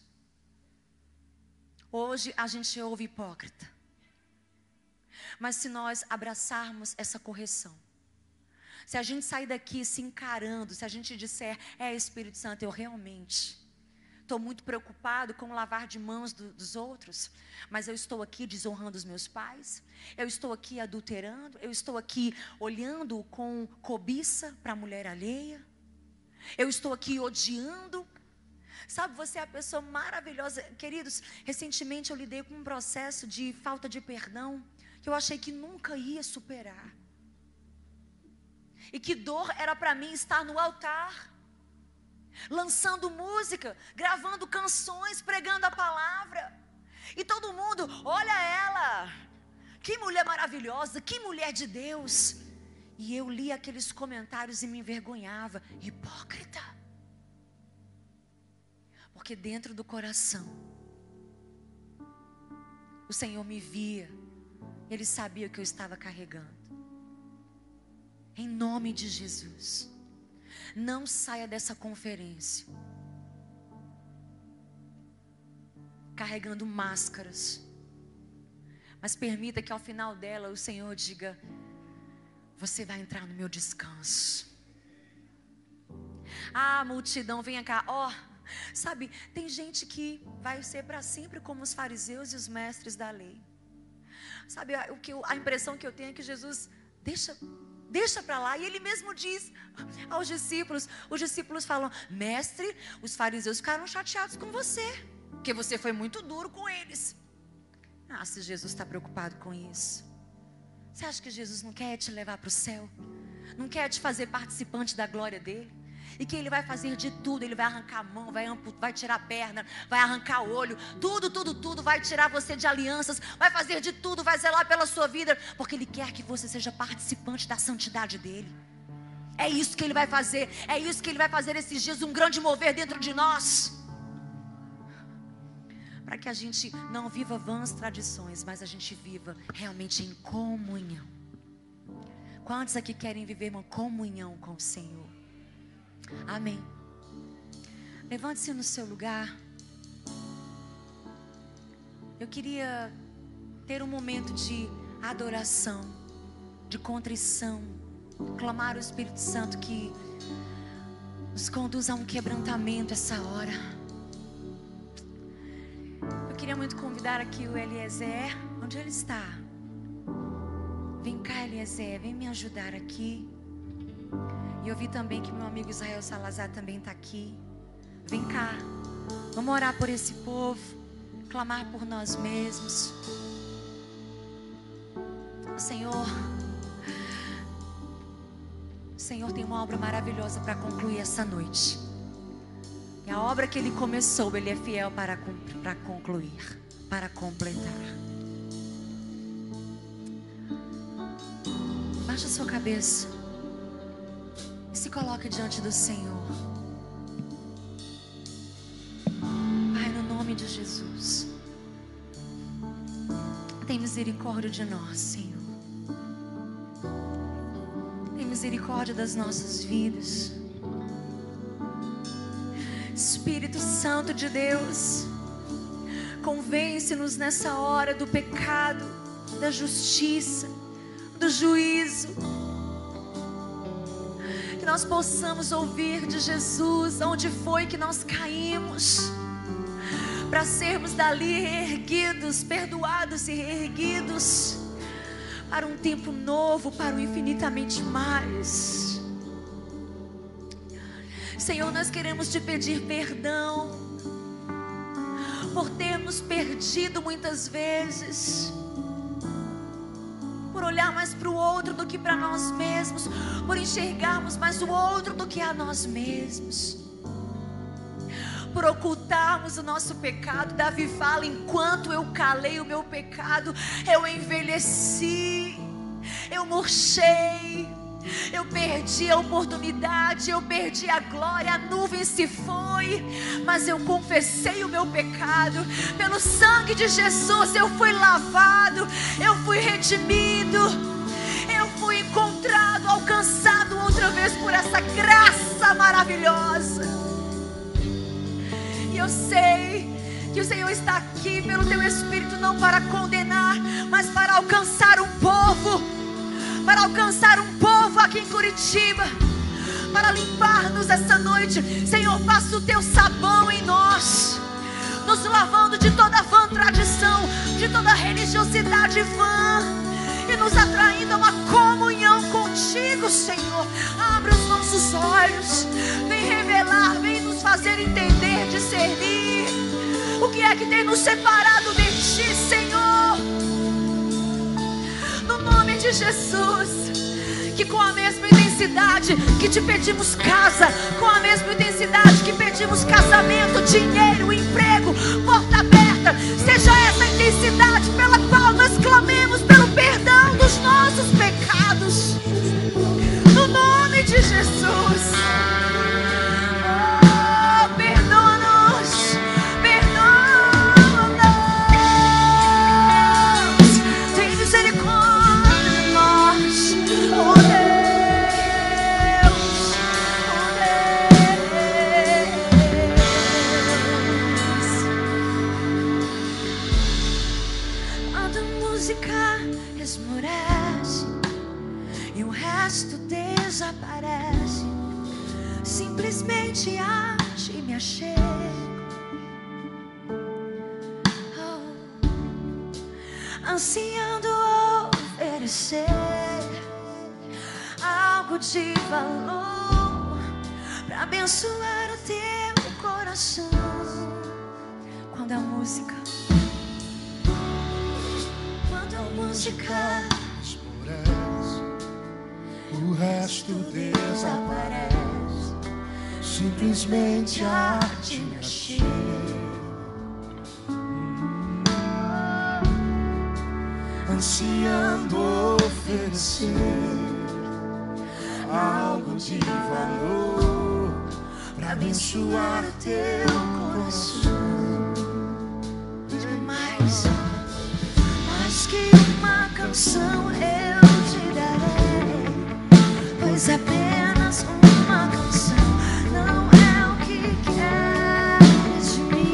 hoje a gente ouve hipócrita. Mas se nós abraçarmos essa correção, se a gente sair daqui se encarando, se a gente disser: é Espírito Santo, eu realmente estou muito preocupado com o lavar de mãos do, dos outros, mas eu estou aqui desonrando os meus pais, eu estou aqui adulterando, eu estou aqui olhando com cobiça para a mulher alheia, eu estou aqui odiando. Sabe, você é a pessoa maravilhosa. Queridos, recentemente eu lidei com um processo de falta de perdão, que eu achei que nunca ia superar. E que dor era para mim estar no altar, lançando música, gravando canções, pregando a palavra. E todo mundo: olha ela, que mulher maravilhosa, que mulher de Deus. E eu li aqueles comentários e me envergonhava. Hipócrita. Porque dentro do coração, o Senhor me via. Ele sabia o que eu estava carregando. Em nome de Jesus, não saia dessa conferência carregando máscaras, mas permita que ao final dela o Senhor diga: você vai entrar no meu descanso. Ah, multidão, venha cá. Ó, oh, sabe, tem gente que vai ser para sempre como os fariseus e os mestres da lei. Sabe, o que eu, a impressão que eu tenho é que Jesus deixa... Deixa para lá. E ele mesmo diz aos discípulos. Os discípulos falam: mestre, os fariseus ficaram chateados com você, porque você foi muito duro com eles. Ah, se Jesus está preocupado com isso, você acha que Jesus não quer te levar para o céu? Não quer te fazer participante da glória dele? E que ele vai fazer de tudo. Ele vai arrancar a mão, vai, vai tirar a perna, vai arrancar o olho, tudo, tudo, tudo. Vai tirar você de alianças, vai fazer de tudo, vai zelar pela sua vida, porque ele quer que você seja participante da santidade dele. É isso que ele vai fazer. É isso que ele vai fazer esses dias, um grande mover dentro de nós, para que a gente não viva vãs tradições, mas a gente viva realmente em comunhão. Quantos aqui querem viver uma comunhão com o Senhor? Amém. Levante-se no seu lugar. Eu queria ter um momento de adoração, de contrição, clamar ao Espírito Santo que nos conduza a um quebrantamento essa hora. Eu queria muito convidar aqui o Eliezer. Onde ele está? Vem cá, Eliezer, vem me ajudar aqui. E eu vi também que meu amigo Israel Salazar também está aqui. Vem cá, vamos orar por esse povo, clamar por nós mesmos. Senhor, o Senhor tem uma obra maravilhosa para concluir essa noite. E a obra que Ele começou, Ele é fiel para, para concluir, para completar. Baixa a sua cabeça e se coloque diante do Senhor. Pai, no nome de Jesus, tem misericórdia de nós, Senhor. Tem misericórdia das nossas vidas. Espírito Santo de Deus, convence-nos nessa hora do pecado, da justiça, do juízo. Que nós possamos ouvir de Jesus onde foi que nós caímos, para sermos dali reerguidos, perdoados e reerguidos para um tempo novo, para o infinitamente mais. Senhor, nós queremos te pedir perdão por termos perdido muitas vezes, por olhar mais para o outro do que para nós mesmos, por enxergarmos mais o outro do que a nós mesmos, por ocultarmos o nosso pecado. Davi fala: enquanto eu calei o meu pecado, eu envelheci, eu murchei, eu perdi a oportunidade, eu perdi a glória, a nuvem se foi, mas eu confessei o meu pecado. Pelo sangue de Jesus eu fui lavado, eu fui redimido, eu fui encontrado, alcançado outra vez por essa graça maravilhosa. E eu sei que o Senhor está aqui pelo teu Espírito, não para condenar, mas para alcançar um povo, para alcançar um povo aqui em Curitiba, para limpar-nos essa noite. Senhor, passa o teu sabão em nós, nos lavando de toda vã tradição, de toda religiosidade vã, e nos atraindo a uma comunhão contigo, Senhor. Abre os nossos olhos, vem revelar, vem nos fazer entender, discernir o que é que tem nos separado de ti, Senhor. No nome de Jesus, que com a mesma intensidade que te pedimos casa, com a mesma intensidade que pedimos casamento, dinheiro, emprego, porta aberta, seja essa intensidade pela qual nós clamemos pelo perdão dos nossos pecados, no nome de Jesus. Oh, perdoa-nos, perdoa-nos, tem misericórdia de nós, oh Deus, oh Deus. Quando a música esmorece e o resto desaparece, simplesmente a ti me achego, oh, ansiando oferecer algo de valor para abençoar o teu coração. Quando a música, quando a música esmorece, o resto desaparece, simplesmente a ti me achego, ansiando oferecer algo de valor para abençoar o teu coração. mais, mais que uma canção eu te darei, pois apenas uma canção não é o que queres de mim.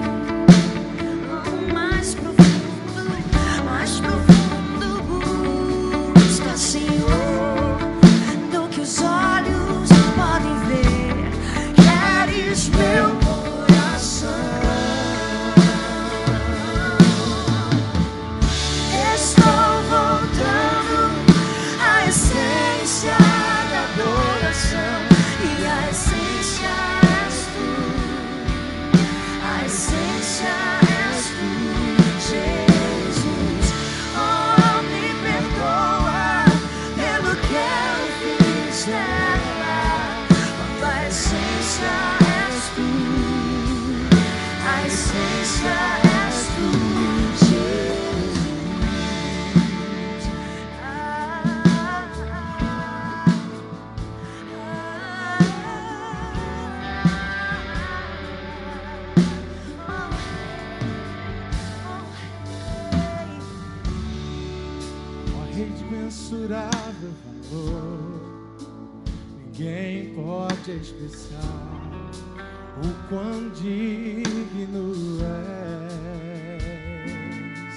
Oh, mais profundo, mais profundo busca, Senhor, do que os olhos podem ver. Queres meu coração. Estou voltando imensurável valor, ninguém pode expressar o quão digno és.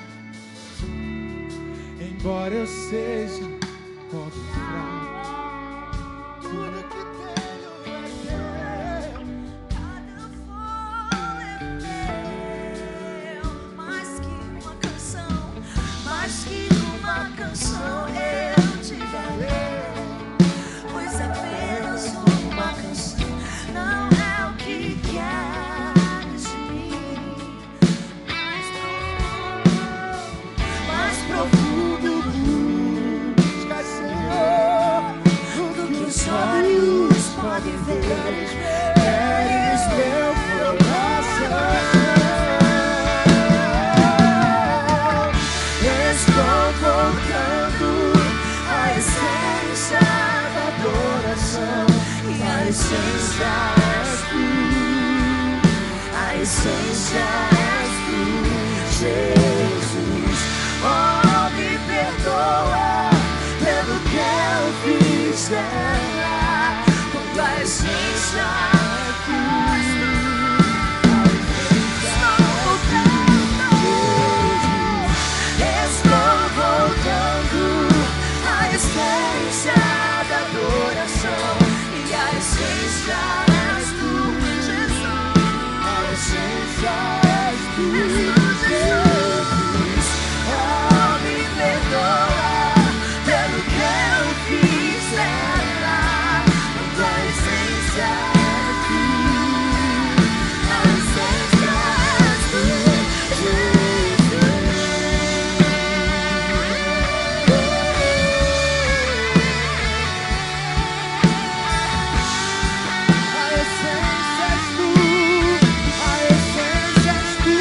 Embora eu seja pobre e fraco, tudo que tenho é teu. Cada fôlego é teu. Mais que uma canção, mais que uma canção eu te darei. Pois apenas uma canção não é o que queres de mim. Mais profundo, mais profundo, Busca, Senhor, do que os olhos podem ver. eres meu coração. Estou voltando à essência da adoração. E a essência és tu, a essência és tu, Jesus. Oh, me perdoa pelo que eu fiz dela, quando a essência és tu. Estou voltando, estou voltando à essência da adoração. E a essência és tu, Jesus. A essência és tu, Jesus. Oh, me perdoa pelo que eu fiz dela, quando a essência és tu, a essência és tu, a essência és tu, a essência és tu,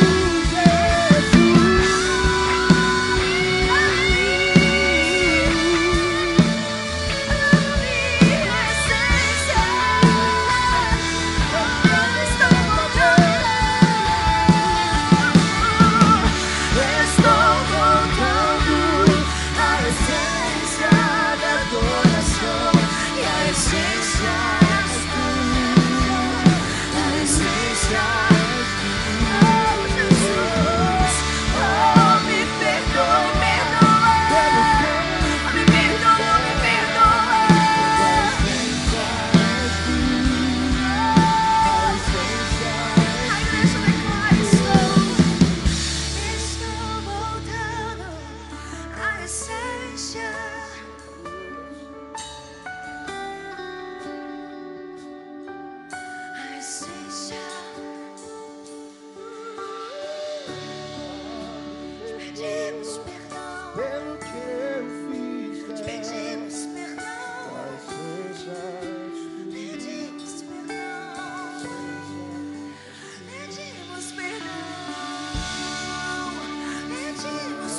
pedimos perdão, pelo que eu fiz dela. pedimos perdão, A essência és tu, pedimos perdão, pedimos perdão, pedimos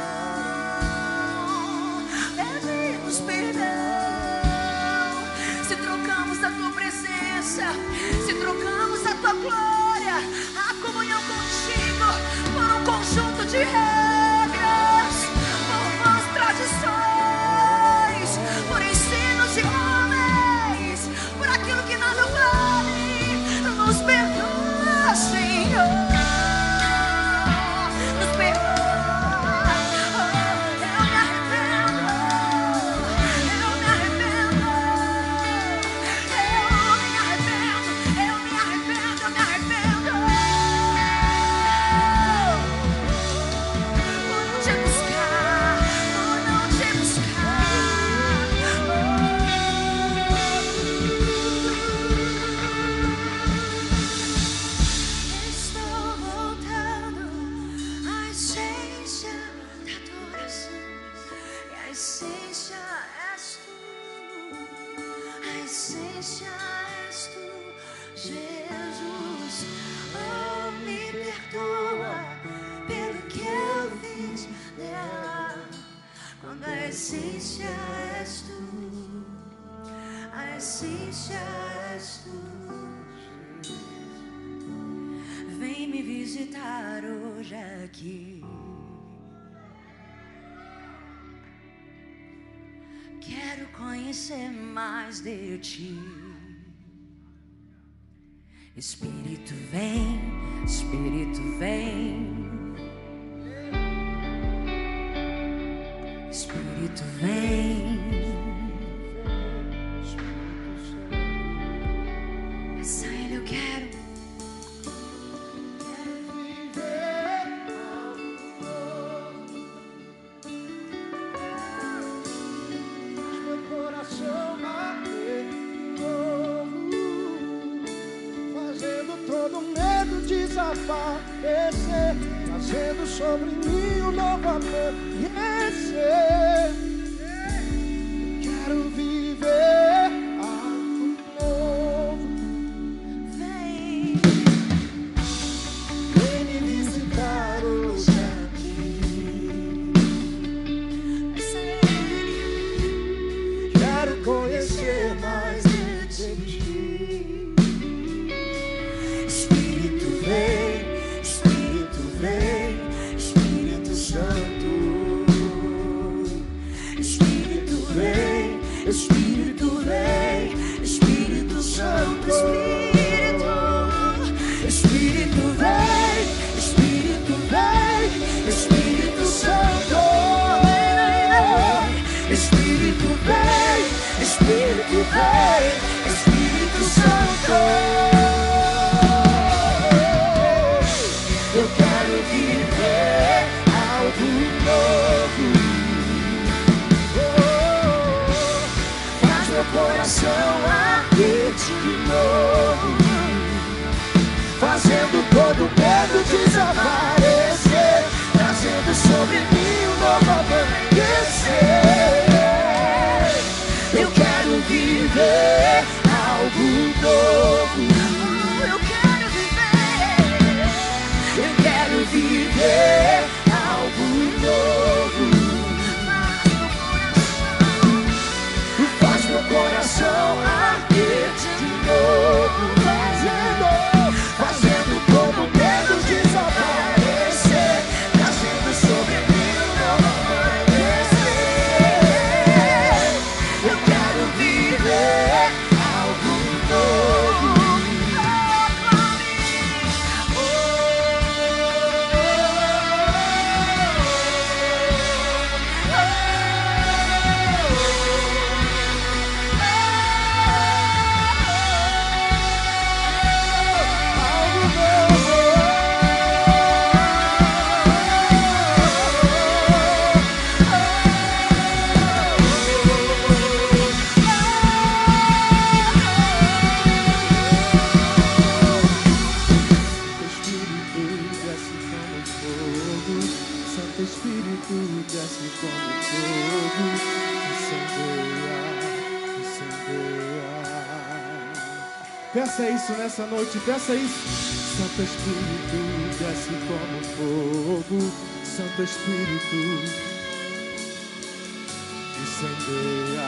perdão, pedimos perdão. Se trocamos a tua presença, se trocamos a tua glória, a comunhão contigo, por um conjunto de regras, por vãs tradições, por ensinos de homens, por aquilo que nada vale, nos perdoa, Senhor. Nos perdoa. Eu me arrependo, eu me arrependo, eu me arrependo, eu me arrependo, eu me arrependo. Por não te buscar, por não te buscar. Estou voltando à essência da adoração. E a essência és tu, a essência és tu, Jesus. Oh, me perdoa pelo que eu fiz dela, quando a essência és tu, a essência és tu. Vem me visitar hoje aqui. conhecer mais de ti. Espírito vem, Espírito vem. Espírito vem. Essa ele eu quero. Desaparecer, trazendo sobre mim um novo amanhecer. Quero viver algo novo. Vem, vem me visitar hoje aqui. Quero conhecer mais de ti. Espírito vem, Espírito Santo, Espírito, Espírito vem, Espírito vem, Espírito Santo, Espírito vem, Espírito vem, Espírito Santo. Eu quero viver algo novo. Meu coração arder de novo, fazendo todo medo desaparecer, trazendo sobre mim um novo amanhecer. Eu quero viver algo novo. Eu quero viver. Eu quero viver algo novo. Meu coração arder de novo, fazendo, fazendo todo medo desaparecer, trazendo sobre mim um novo amanhecer. Eu quero viver algo novo. Peça isso nessa noite, peça isso. Santo Espírito, desce como fogo. Santo Espírito, incendeia.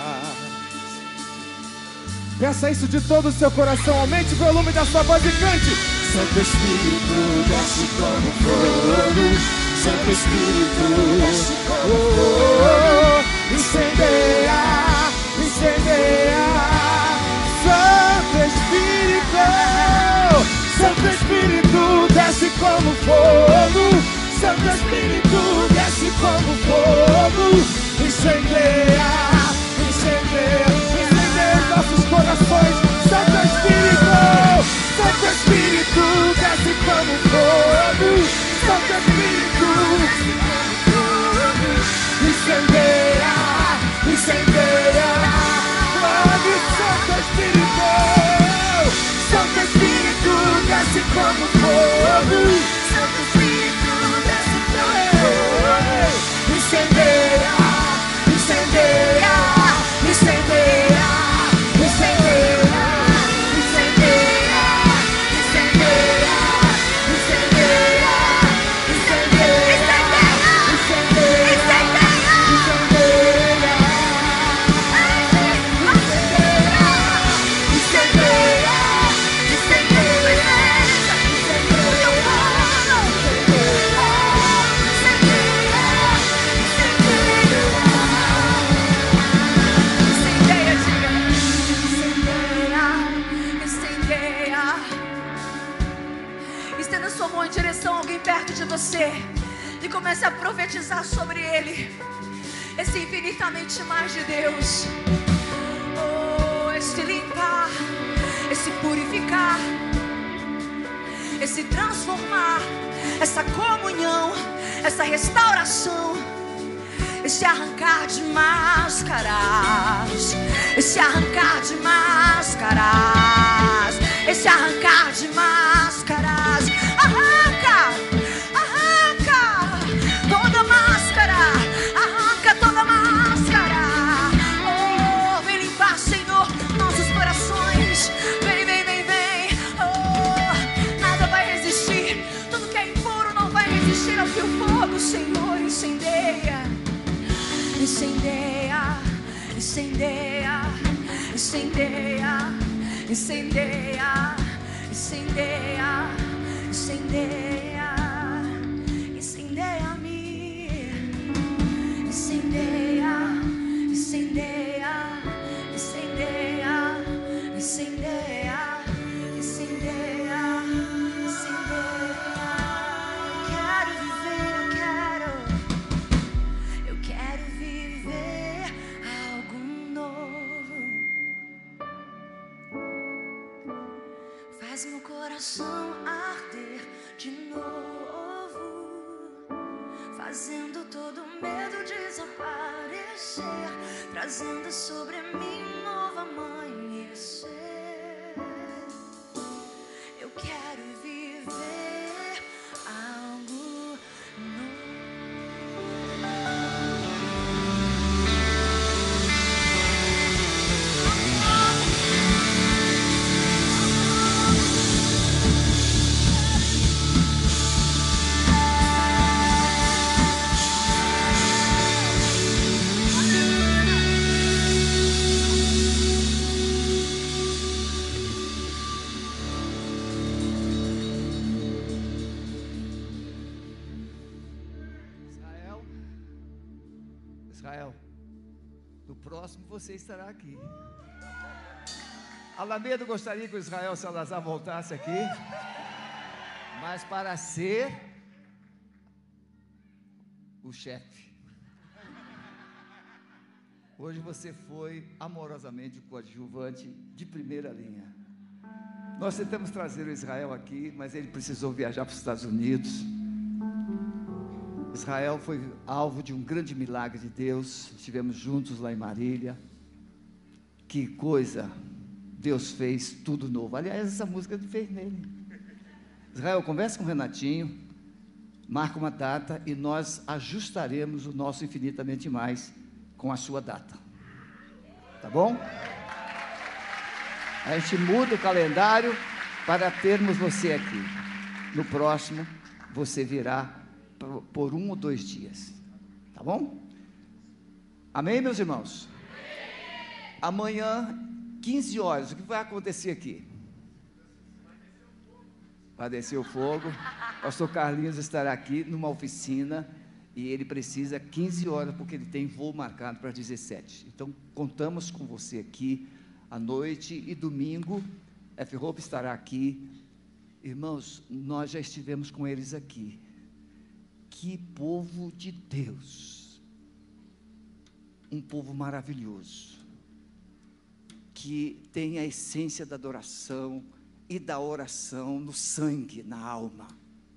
Peça isso de todo o seu coração. Aumente o volume da sua voz e cante. Santo Espírito, desce como fogo. Santo Espírito, desce como fogo. Incendeia, incendeia. Santo Espírito, Santo Espírito, desce como fogo. Santo Espírito, desce como fogo. Incendeia, incendeia, incendeia nossos corações. Santo Espírito, Santo Espírito, desce como fogo. Santo Espírito, incendeia, incendeia. Santo Espírito, Santo Espírito, desce como fogo. Santo Espírito, desce como fogo. Incendeia, incendeia, incendeia, incendeia, incendeia, incendeia, incendeia, incendeia, incendeia. estenda sua mão em direção a alguém perto de você e comece a profetizar sobre ele. Esse infinitamente mais de Deus. Oh, esse limpar, esse purificar, esse transformar, essa comunhão, essa restauração, esse arrancar de máscaras, esse arrancar de máscaras, esse arrancar de máscaras. Arranca, arranca toda máscara, arranca toda máscara. Oh, vem limpar, Senhor, nossos corações. Vem, vem, vem, vem. Oh, nada vai resistir. Tudo que é impuro não vai resistir ao teu fogo, Senhor. Incendeia, incendeia, incendeia, incendeia, incendeia, incendeia, incendeia, incendeia-me, incendeia, incendeia, incendeia, incendeia, incendeia, incendeia. Quero viver, eu quero, eu quero viver algo novo. Faz meu coração arder de novo, fazendo todo medo desaparecer, trazendo sobre mim um novo amanhecer. Eu quero viver algo novo. Israel, Israel, no próximo você estará aqui. Alameda gostaria que o Israel Salazar voltasse aqui, mas para ser o chefe. Hoje você foi amorosamente coadjuvante de primeira linha. Nós tentamos trazer o Israel aqui, mas ele precisou viajar para os Estados Unidos. Israel foi alvo de um grande milagre de Deus. Estivemos juntos lá em Marília. Que coisa! Deus fez tudo novo. Aliás, essa música fez nele. Israel, conversa com o Renatinho, marca uma data e nós ajustaremos o nosso infinitamente mais com a sua data. Tá bom? A gente muda o calendário para termos você aqui. No próximo, você virá por um ou dois dias. Tá bom? Amém, meus irmãos? Amém. Amanhã, quinze horas, o que vai acontecer aqui? Vai descer o fogo. O pastor Carlinhos estará aqui numa oficina e ele precisa quinze horas, porque ele tem voo marcado para dezessete. Então, contamos com você aqui à noite e domingo. F-Hope estará aqui. Irmãos, nós já estivemos com eles aqui. Que povo de Deus, um povo maravilhoso, que tem a essência da adoração e da oração no sangue, na alma.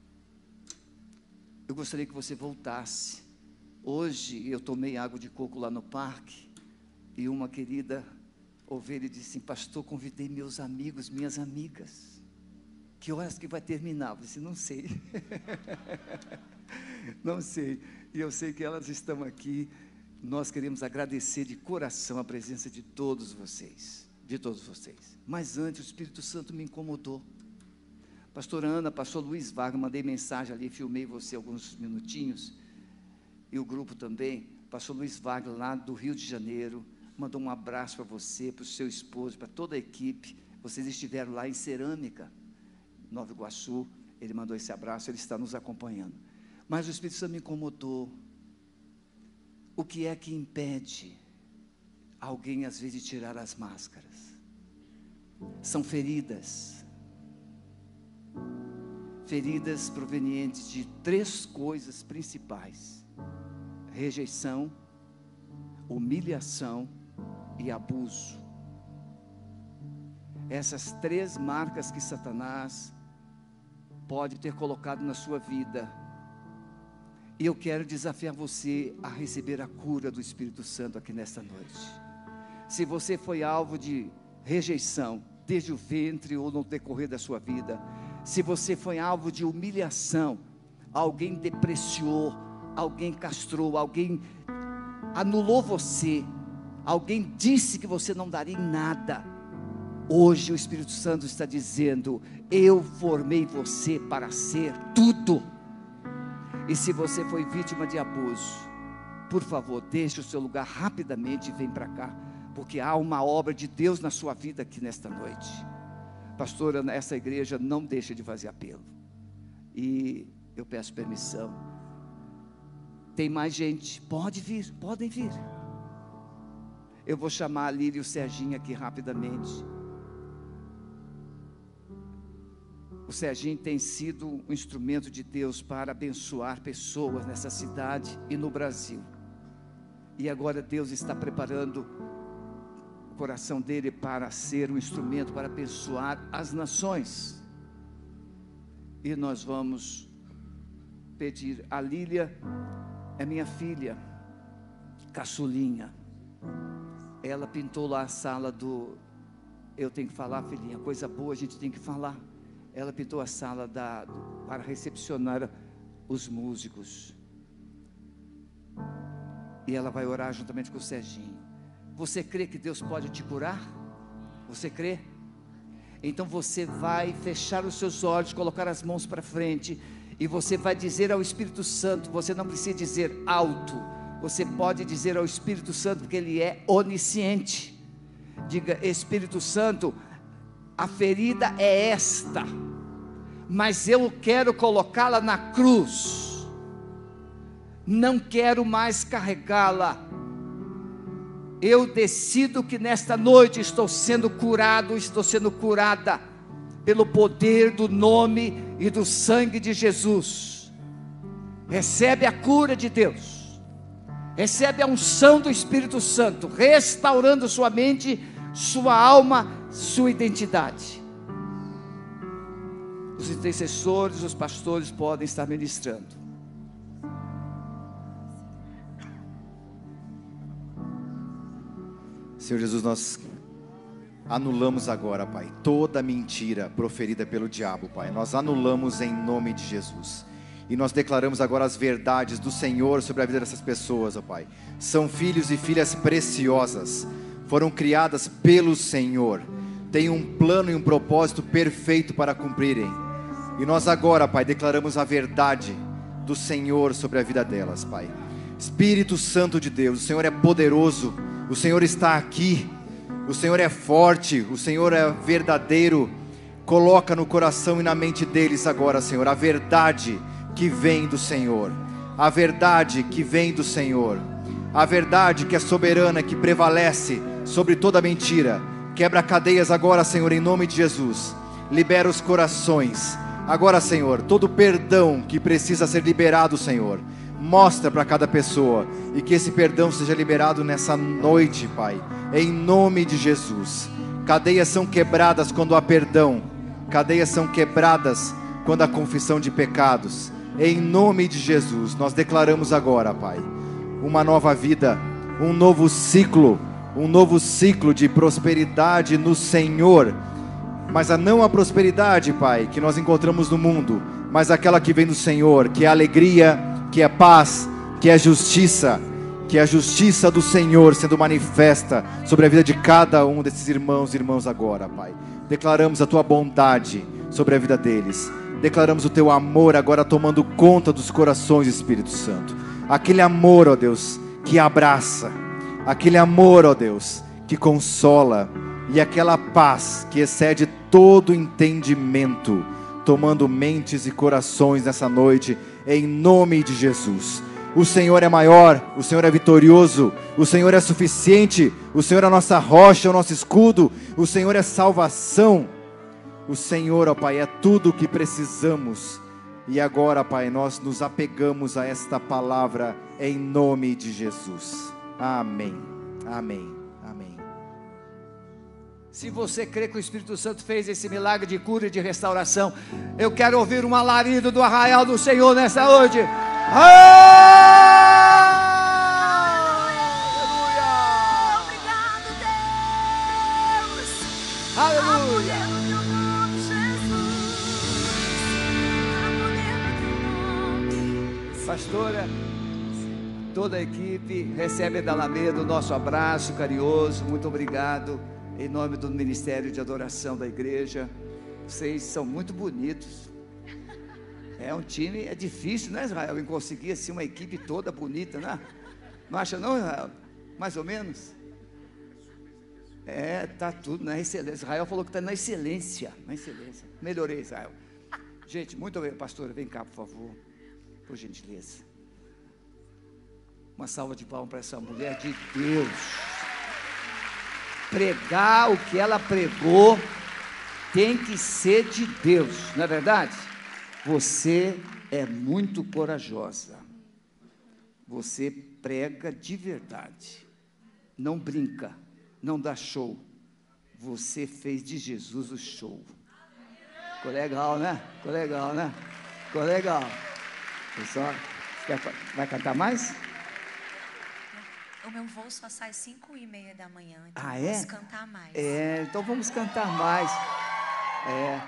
Eu gostaria que você voltasse. Hoje eu tomei água de coco lá no parque e uma querida ovelha disse assim: pastor, convidei meus amigos, minhas amigas. Que horas que vai terminar? Eu disse: não sei. Não sei, e eu sei que elas estão aqui. Nós queremos agradecer de coração a presença de todos vocês, de todos vocês. Mas antes o Espírito Santo me incomodou. Pastora Ana, pastor Luiz Wagner, mandei mensagem ali, filmei você alguns minutinhos, e o grupo também. Pastor Luiz Wagner, lá do Rio de Janeiro, mandou um abraço para você, para o seu esposo, para toda a equipe. Vocês estiveram lá em Cerâmica, Nova Iguaçu. Ele mandou esse abraço, ele está nos acompanhando. Mas o Espírito Santo me incomodou. O que é que impede alguém, às vezes, de tirar as máscaras? São feridas. feridas provenientes de três coisas principais: rejeição, humilhação e abuso. Essas três marcas que Satanás pode ter colocado na sua vida. E eu quero desafiar você a receber a cura do Espírito Santo aqui nesta noite. Se você foi alvo de rejeição desde o ventre ou no decorrer da sua vida, se você foi alvo de humilhação, alguém depreciou, alguém castrou, alguém anulou você, alguém disse que você não daria em nada, hoje o Espírito Santo está dizendo: eu formei você para ser tudo. E se você foi vítima de abuso, por favor, deixe o seu lugar rapidamente e vem para cá, porque há uma obra de Deus na sua vida aqui nesta noite. Pastora, essa igreja não deixa de fazer apelo, e eu peço permissão. Tem mais gente, pode vir, podem vir. Eu vou chamar a Lília e o Serginho aqui rapidamente. O Serginho tem sido um instrumento de Deus para abençoar pessoas nessa cidade e no Brasil. E agora Deus está preparando o coração dele para ser um instrumento para abençoar as nações. E nós vamos pedir. A Lília é minha filha, caçulinha. Ela pintou lá a sala do... Eu tenho que falar, filhinha, coisa boa a gente tem que falar. Ela pintou a sala da, para recepcionar os músicos. E ela vai orar juntamente com o Serginho. Você crê que Deus pode te curar? Você crê? Então você vai fechar os seus olhos, colocar as mãos para frente, e você vai dizer ao Espírito Santo. Você não precisa dizer alto, você pode dizer ao Espírito Santo, porque Ele é onisciente. Diga: Espírito Santo, a ferida é esta, mas eu quero colocá-la na cruz, não quero mais carregá-la. Eu decido que nesta noite estou sendo curado, estou sendo curada pelo poder do nome e do sangue de Jesus. Recebe a cura de Deus, recebe a unção do Espírito Santo, restaurando sua mente, sua alma, sua identidade. Os intercessores, os pastores podem estar ministrando. Senhor Jesus, nós anulamos agora, Pai, toda mentira proferida pelo diabo, Pai. Nós anulamos em nome de Jesus. E nós declaramos agora as verdades do Senhor sobre a vida dessas pessoas, ó Pai. São filhos e filhas preciosas, foram criadas pelo Senhor, têm um plano e um propósito perfeito para cumprirem. E nós agora, Pai, declaramos a verdade do Senhor sobre a vida delas, Pai. Espírito Santo de Deus, o Senhor é poderoso, o Senhor está aqui, o Senhor é forte, o Senhor é verdadeiro. Coloca no coração e na mente deles agora, Senhor, a verdade que vem do Senhor, a verdade que vem do Senhor, a verdade que é soberana, que prevalece sobre toda mentira. Quebra cadeias agora, Senhor, em nome de Jesus. Libera os corações agora, Senhor, todo perdão que precisa ser liberado, Senhor, mostra para cada pessoa, e que esse perdão seja liberado nessa noite, Pai, em nome de Jesus. Cadeias são quebradas quando há perdão, cadeias são quebradas quando há confissão de pecados. Em nome de Jesus, nós declaramos agora, Pai, uma nova vida, um novo ciclo, um novo ciclo de prosperidade no Senhor. Mas a não a prosperidade, Pai, que nós encontramos no mundo, mas aquela que vem do Senhor, que é alegria, que é paz, que é justiça, que é a justiça do Senhor sendo manifesta sobre a vida de cada um desses irmãos e irmãs agora, Pai. Declaramos a Tua bondade sobre a vida deles, declaramos o Teu amor agora tomando conta dos corações, Espírito Santo. Aquele amor, ó Deus, que abraça, aquele amor, ó Deus, que consola, e aquela paz que excede todo entendimento, tomando mentes e corações nessa noite, em nome de Jesus. O Senhor é maior, o Senhor é vitorioso, o Senhor é suficiente, o Senhor é a nossa rocha, o nosso escudo, o Senhor é salvação, O Senhor, ó Pai, é tudo o que precisamos. E agora, Pai, nós nos apegamos a esta palavra em nome de Jesus. Amém, amém, amém. Se você crê que o Espírito Santo fez esse milagre de cura e de restauração, eu quero ouvir um alarido do arraial do Senhor nessa noite. Aleluia! Pastora, toda a equipe recebe da Alameda o nosso abraço carinhoso, muito obrigado, em nome do Ministério de Adoração da igreja. Vocês são muito bonitos. É um time, é difícil, né, Israel, em conseguir assim uma equipe toda bonita, né? Não acha não, Israel? Mais ou menos? É, tá tudo na excelência. Israel falou que está na excelência, na excelência. Melhorei, Israel. Gente, muito obrigado. Pastora, vem cá, por favor, por gentileza. Uma salva de palmas para essa mulher de Deus. Pregar o que ela pregou tem que ser de Deus, não é verdade? Você é muito corajosa. Você prega de verdade. Não brinca. Não dá show. Você fez de Jesus o show. Ficou legal, né? Ficou legal, né? Ficou legal. Pessoal, vai cantar mais? O meu voo só sai cinco e meia da manhã, então ah, vamos é? cantar mais. É, então vamos cantar mais. É.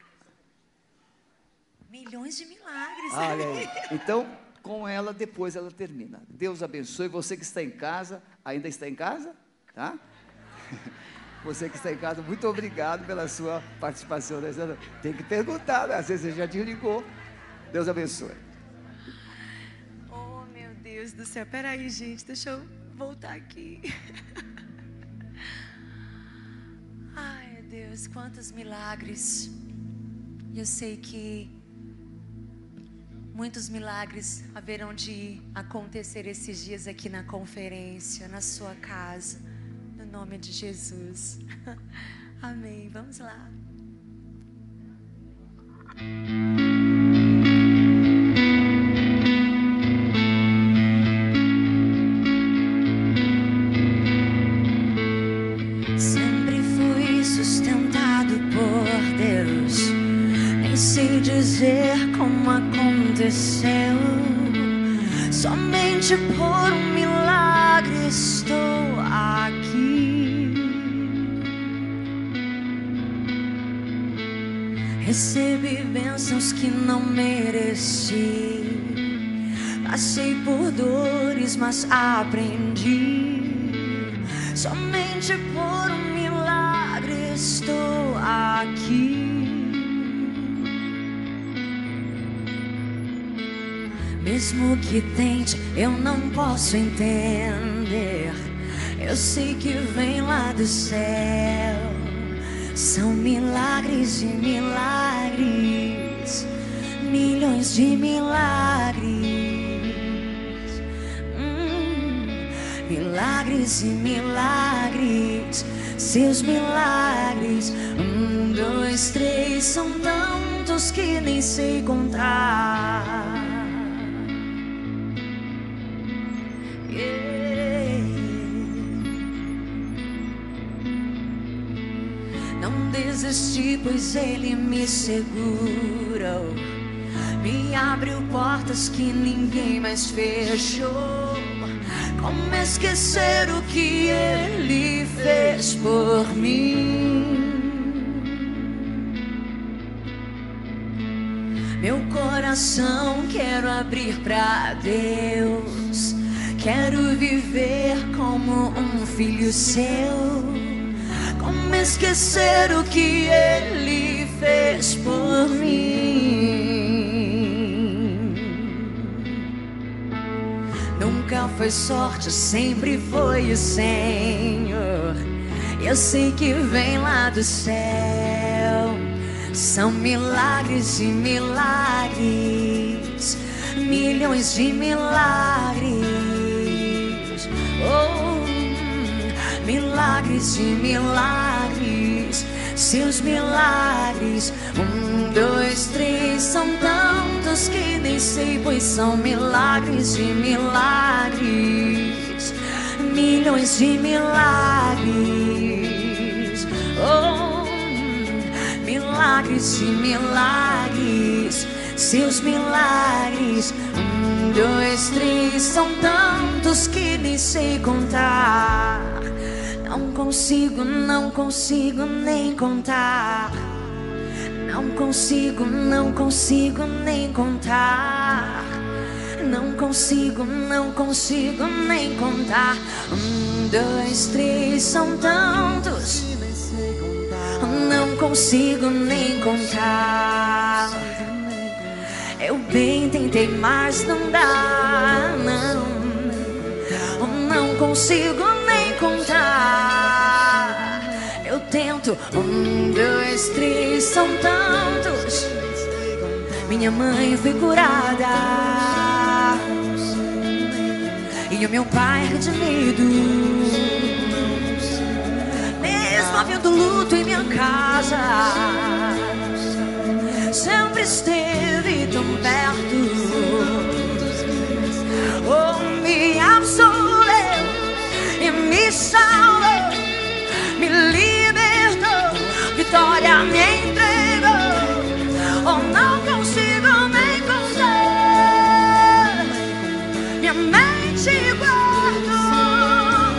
Milhões de milagres. Olha aí. Então, com ela, depois ela termina. Deus abençoe. Você que está em casa, ainda está em casa? Tá? Você que está em casa, muito obrigado pela sua participação. Tem que perguntar, né? Às vezes você já desligou. Deus abençoe. Oh, meu Deus do céu. Peraí, gente, deixa eu voltar aqui. Ai, meu Deus, quantos milagres. Eu sei que muitos milagres haverão de acontecer esses dias aqui na conferência, na sua casa. Em nome de Jesus. Amém. Vamos lá. Sempre fui sustentado por Deus. Nem sei dizer como aconteceu. Somente por um milagre estou aqui. Recebi bênçãos que não mereci. Passei por dores, mas aprendi. Somente por um milagre estou aqui. Mesmo que tente, eu não posso entender. Eu sei que vem lá do céu. São milagres e milagres, milhões de milagres, hum, milagres e milagres, seus milagres. Um, dois, três, são tantos que nem sei contar. Desisti, pois Ele me segurou, me abriu portas que ninguém mais fechou. Como esquecer o que Ele fez por mim? Meu coração quero abrir pra Deus. Quero viver como um filho seu. Como esquecer o que Ele fez por mim? Nunca foi sorte, sempre foi o Senhor. Eu sei que vem lá do céu. São milagres e milagres, milhões de milagres. Oh, milagres e milagres, seus milagres. Um, dois, três, são tantos que nem sei, pois são milagres de milagres, milhões de milagres. Oh, milagres de milagres, seus milagres. Um, dois, três, são tantos que nem sei contar. Não consigo, não consigo nem contar. Não consigo, não consigo nem contar. Não consigo, não consigo nem contar. Um, dois, três, são tantos. Não consigo nem contar. Eu bem tentei, mas não dá, não. Não consigo nem contar. Eu tento. Um, dois, três, são tantos. Minha mãe foi curada e o meu pai redimido. Mesmo havendo luto em minha casa, sempre esteve tão perto. Oh, me absolveu e me salvou, me libertou, vitória me entregou. Oh, não consigo nem contar. Minha mente guardou.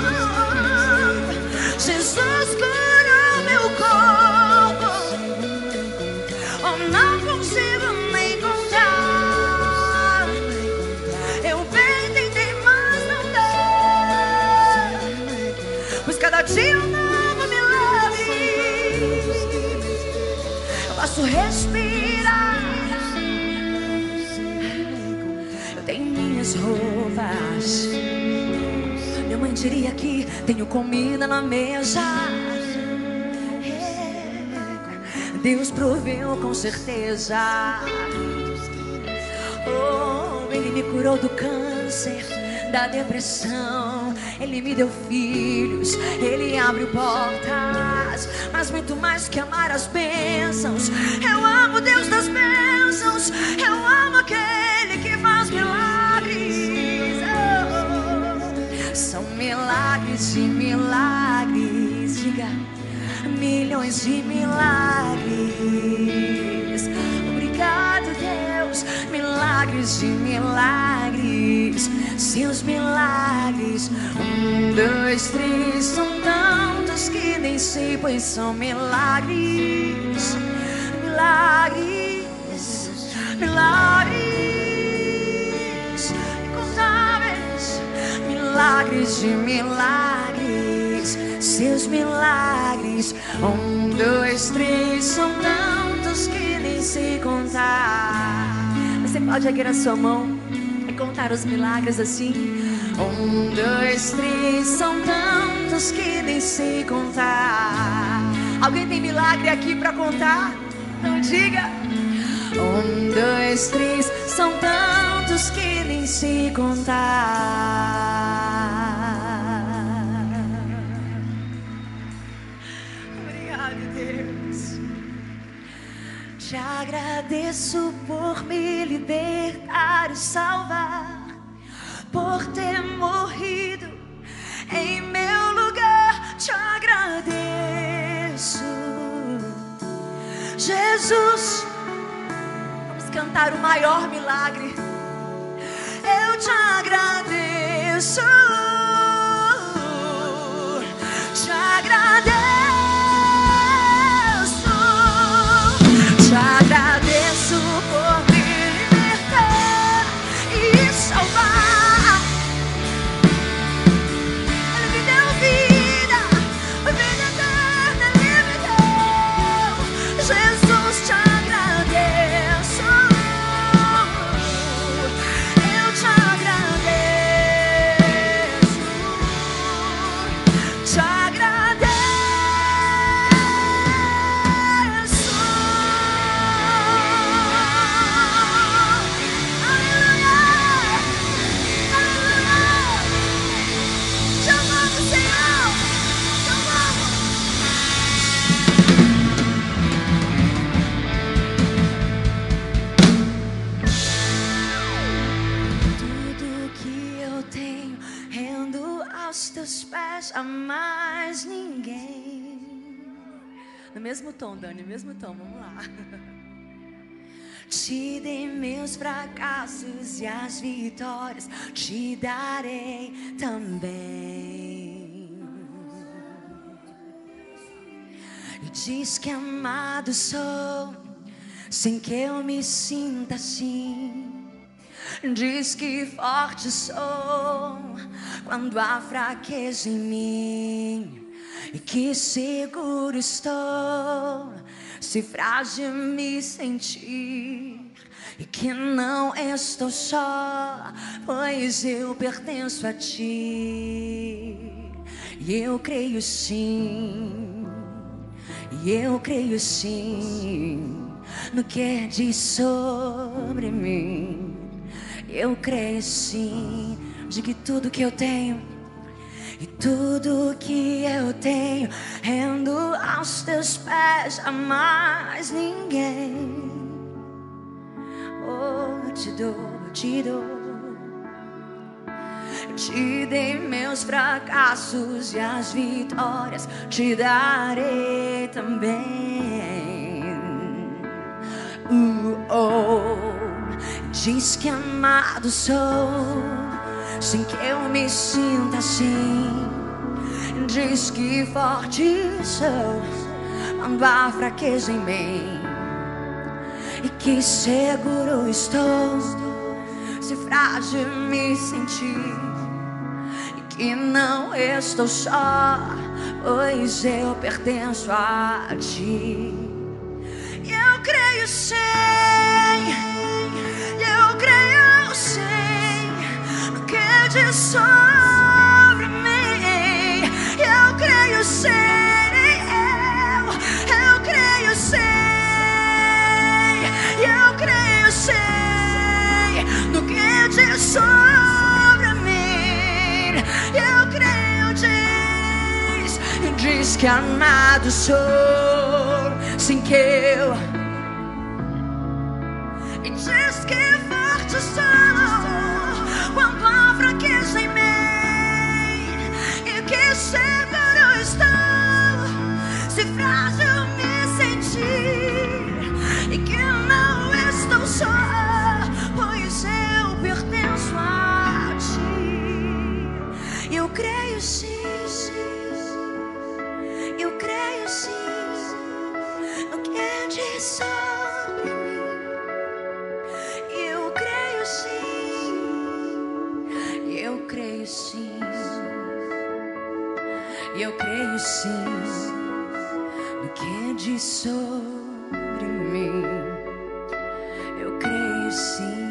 Jesus curou meu corpo. Oh, não consigo nem contar. Eu bem tentei, mas não dá, pois cada dia um novo milagre. Eu posso respirar. Eu tenho minhas roupas. Minha mãe diria que tenho comida na mesa. Deus proveu com certeza. Oh, Ele me curou do câncer, da depressão. Ele me deu filhos, Ele abriu portas. Mas muito mais que amar as bênçãos, eu amo Deus das bênçãos. Eu amo aquele que faz milagres. Oh, são milagres de milagres. Diga, milhões de milagres. Obrigado, Deus. Milagres de milagres, seus milagres. Um, dois, três, são tantos que nem sei, pois são milagres, milagres, milagres incontáveis. Milagres de milagres, seus milagres. Um, dois, três, são tantos que nem sei contar. Você pode erguer a sua mão e contar os milagres assim. Um, dois, três, são tantos que nem sei contar. Alguém tem milagre aqui para contar? Então diga. Um, dois, três, são tantos que nem sei contar. Obrigado, Deus. Te agradeço por me libertar e salvar, por ter morrido em meu lugar. Te agradeço, Jesus. Vamos cantar o maior milagre. Eu te agradeço, te agradeço, te agradeço por me libertar e salvar. Ele me deu vida, vida eterna, Ele me deu. Jesus, te agradeço, eu te agradeço, te agradeço. pés a mais ninguém. No mesmo tom, Dani, no mesmo tom, vamos lá. Te dei meus fracassos e as vitórias, te darei também. E diz que amado sou, sem que eu me sinta assim. Diz que forte sou, quando há fraqueza em mim. E que seguro estou, se frágil me sentir. E que não estou só, pois eu pertenço a ti. E eu creio sim, e eu creio sim, no que diz sobre mim. Eu creio sim, de que tudo que eu tenho e tudo que eu tenho rendo aos teus pés, a mais ninguém. Oh, te dou, te dou. Te dei meus fracassos e as vitórias, te darei também. Uh, oh. Diz que amado sou, sem que eu me sinta assim. Diz que forte sou, quando há fraqueza em mim. E que seguro estou, se frágil me sentir. E que não estou só, pois eu pertenço a ti. E eu creio sim, eu creio sim, no que diz sobre mim. Eu creio sim, eu, eu creio sim, eu creio sim, no que diz sobre mim. Eu creio, diz, diz que amado sou, sem que eu. E diz que forte sou, quando há fraqueza em mim. E que seguro estou, se frágil me sentir. E que não estou só, pois eu pertenço a ti. Eu creio sim, eu creio sim, no que diz sobre mim. Eu creio sim, eu creio sim, eu creio sim, no que diz sobre mim. Eu creio sim.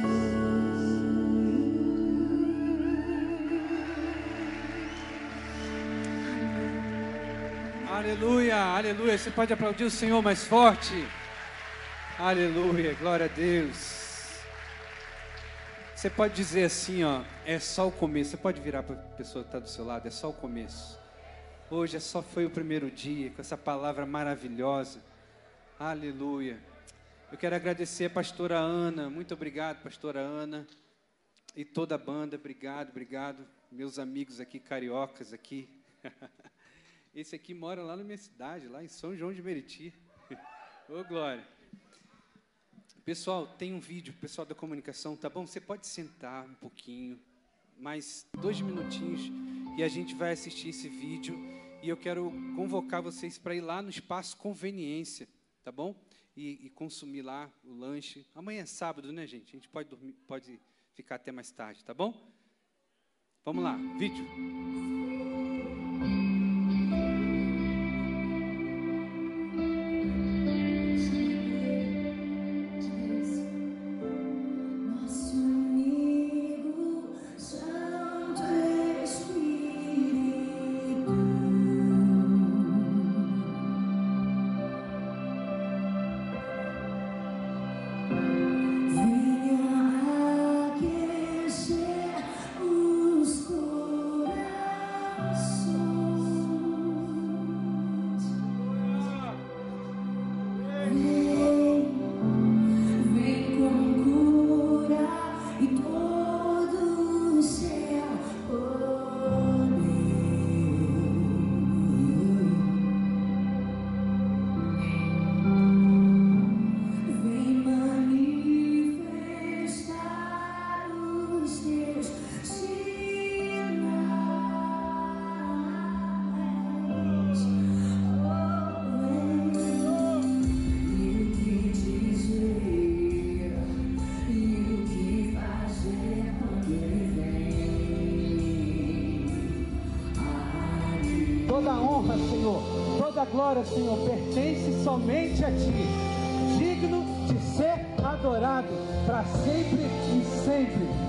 Aleluia, aleluia. Você pode aplaudir o Senhor mais forte? Aleluia, glória a Deus. Você pode dizer assim, ó, é só o começo. Você pode virar para a pessoa que está do seu lado, é só o começo. Hoje é só foi o primeiro dia, com essa palavra maravilhosa. Aleluia. Eu quero agradecer a pastora Ana. Muito obrigado, pastora Ana. E toda a banda, obrigado, obrigado. Meus amigos aqui, cariocas aqui. Esse aqui mora lá na minha cidade, lá em São João de Meriti. Ô, glória. Pessoal, tem um vídeo, pessoal da comunicação, tá bom? Você pode sentar um pouquinho, mais dois minutinhos, e a gente vai assistir esse vídeo. E eu quero convocar vocês para ir lá no Espaço Conveniência, tá bom? E, e consumir lá o lanche. Amanhã é sábado, né, gente? A gente pode dormir, pode ficar até mais tarde, tá bom? Vamos lá, vídeo. Venha. Aquecer os corações. Toda honra, Senhor, toda glória, Senhor, pertence somente a Ti. Digno de ser adorado para sempre e sempre.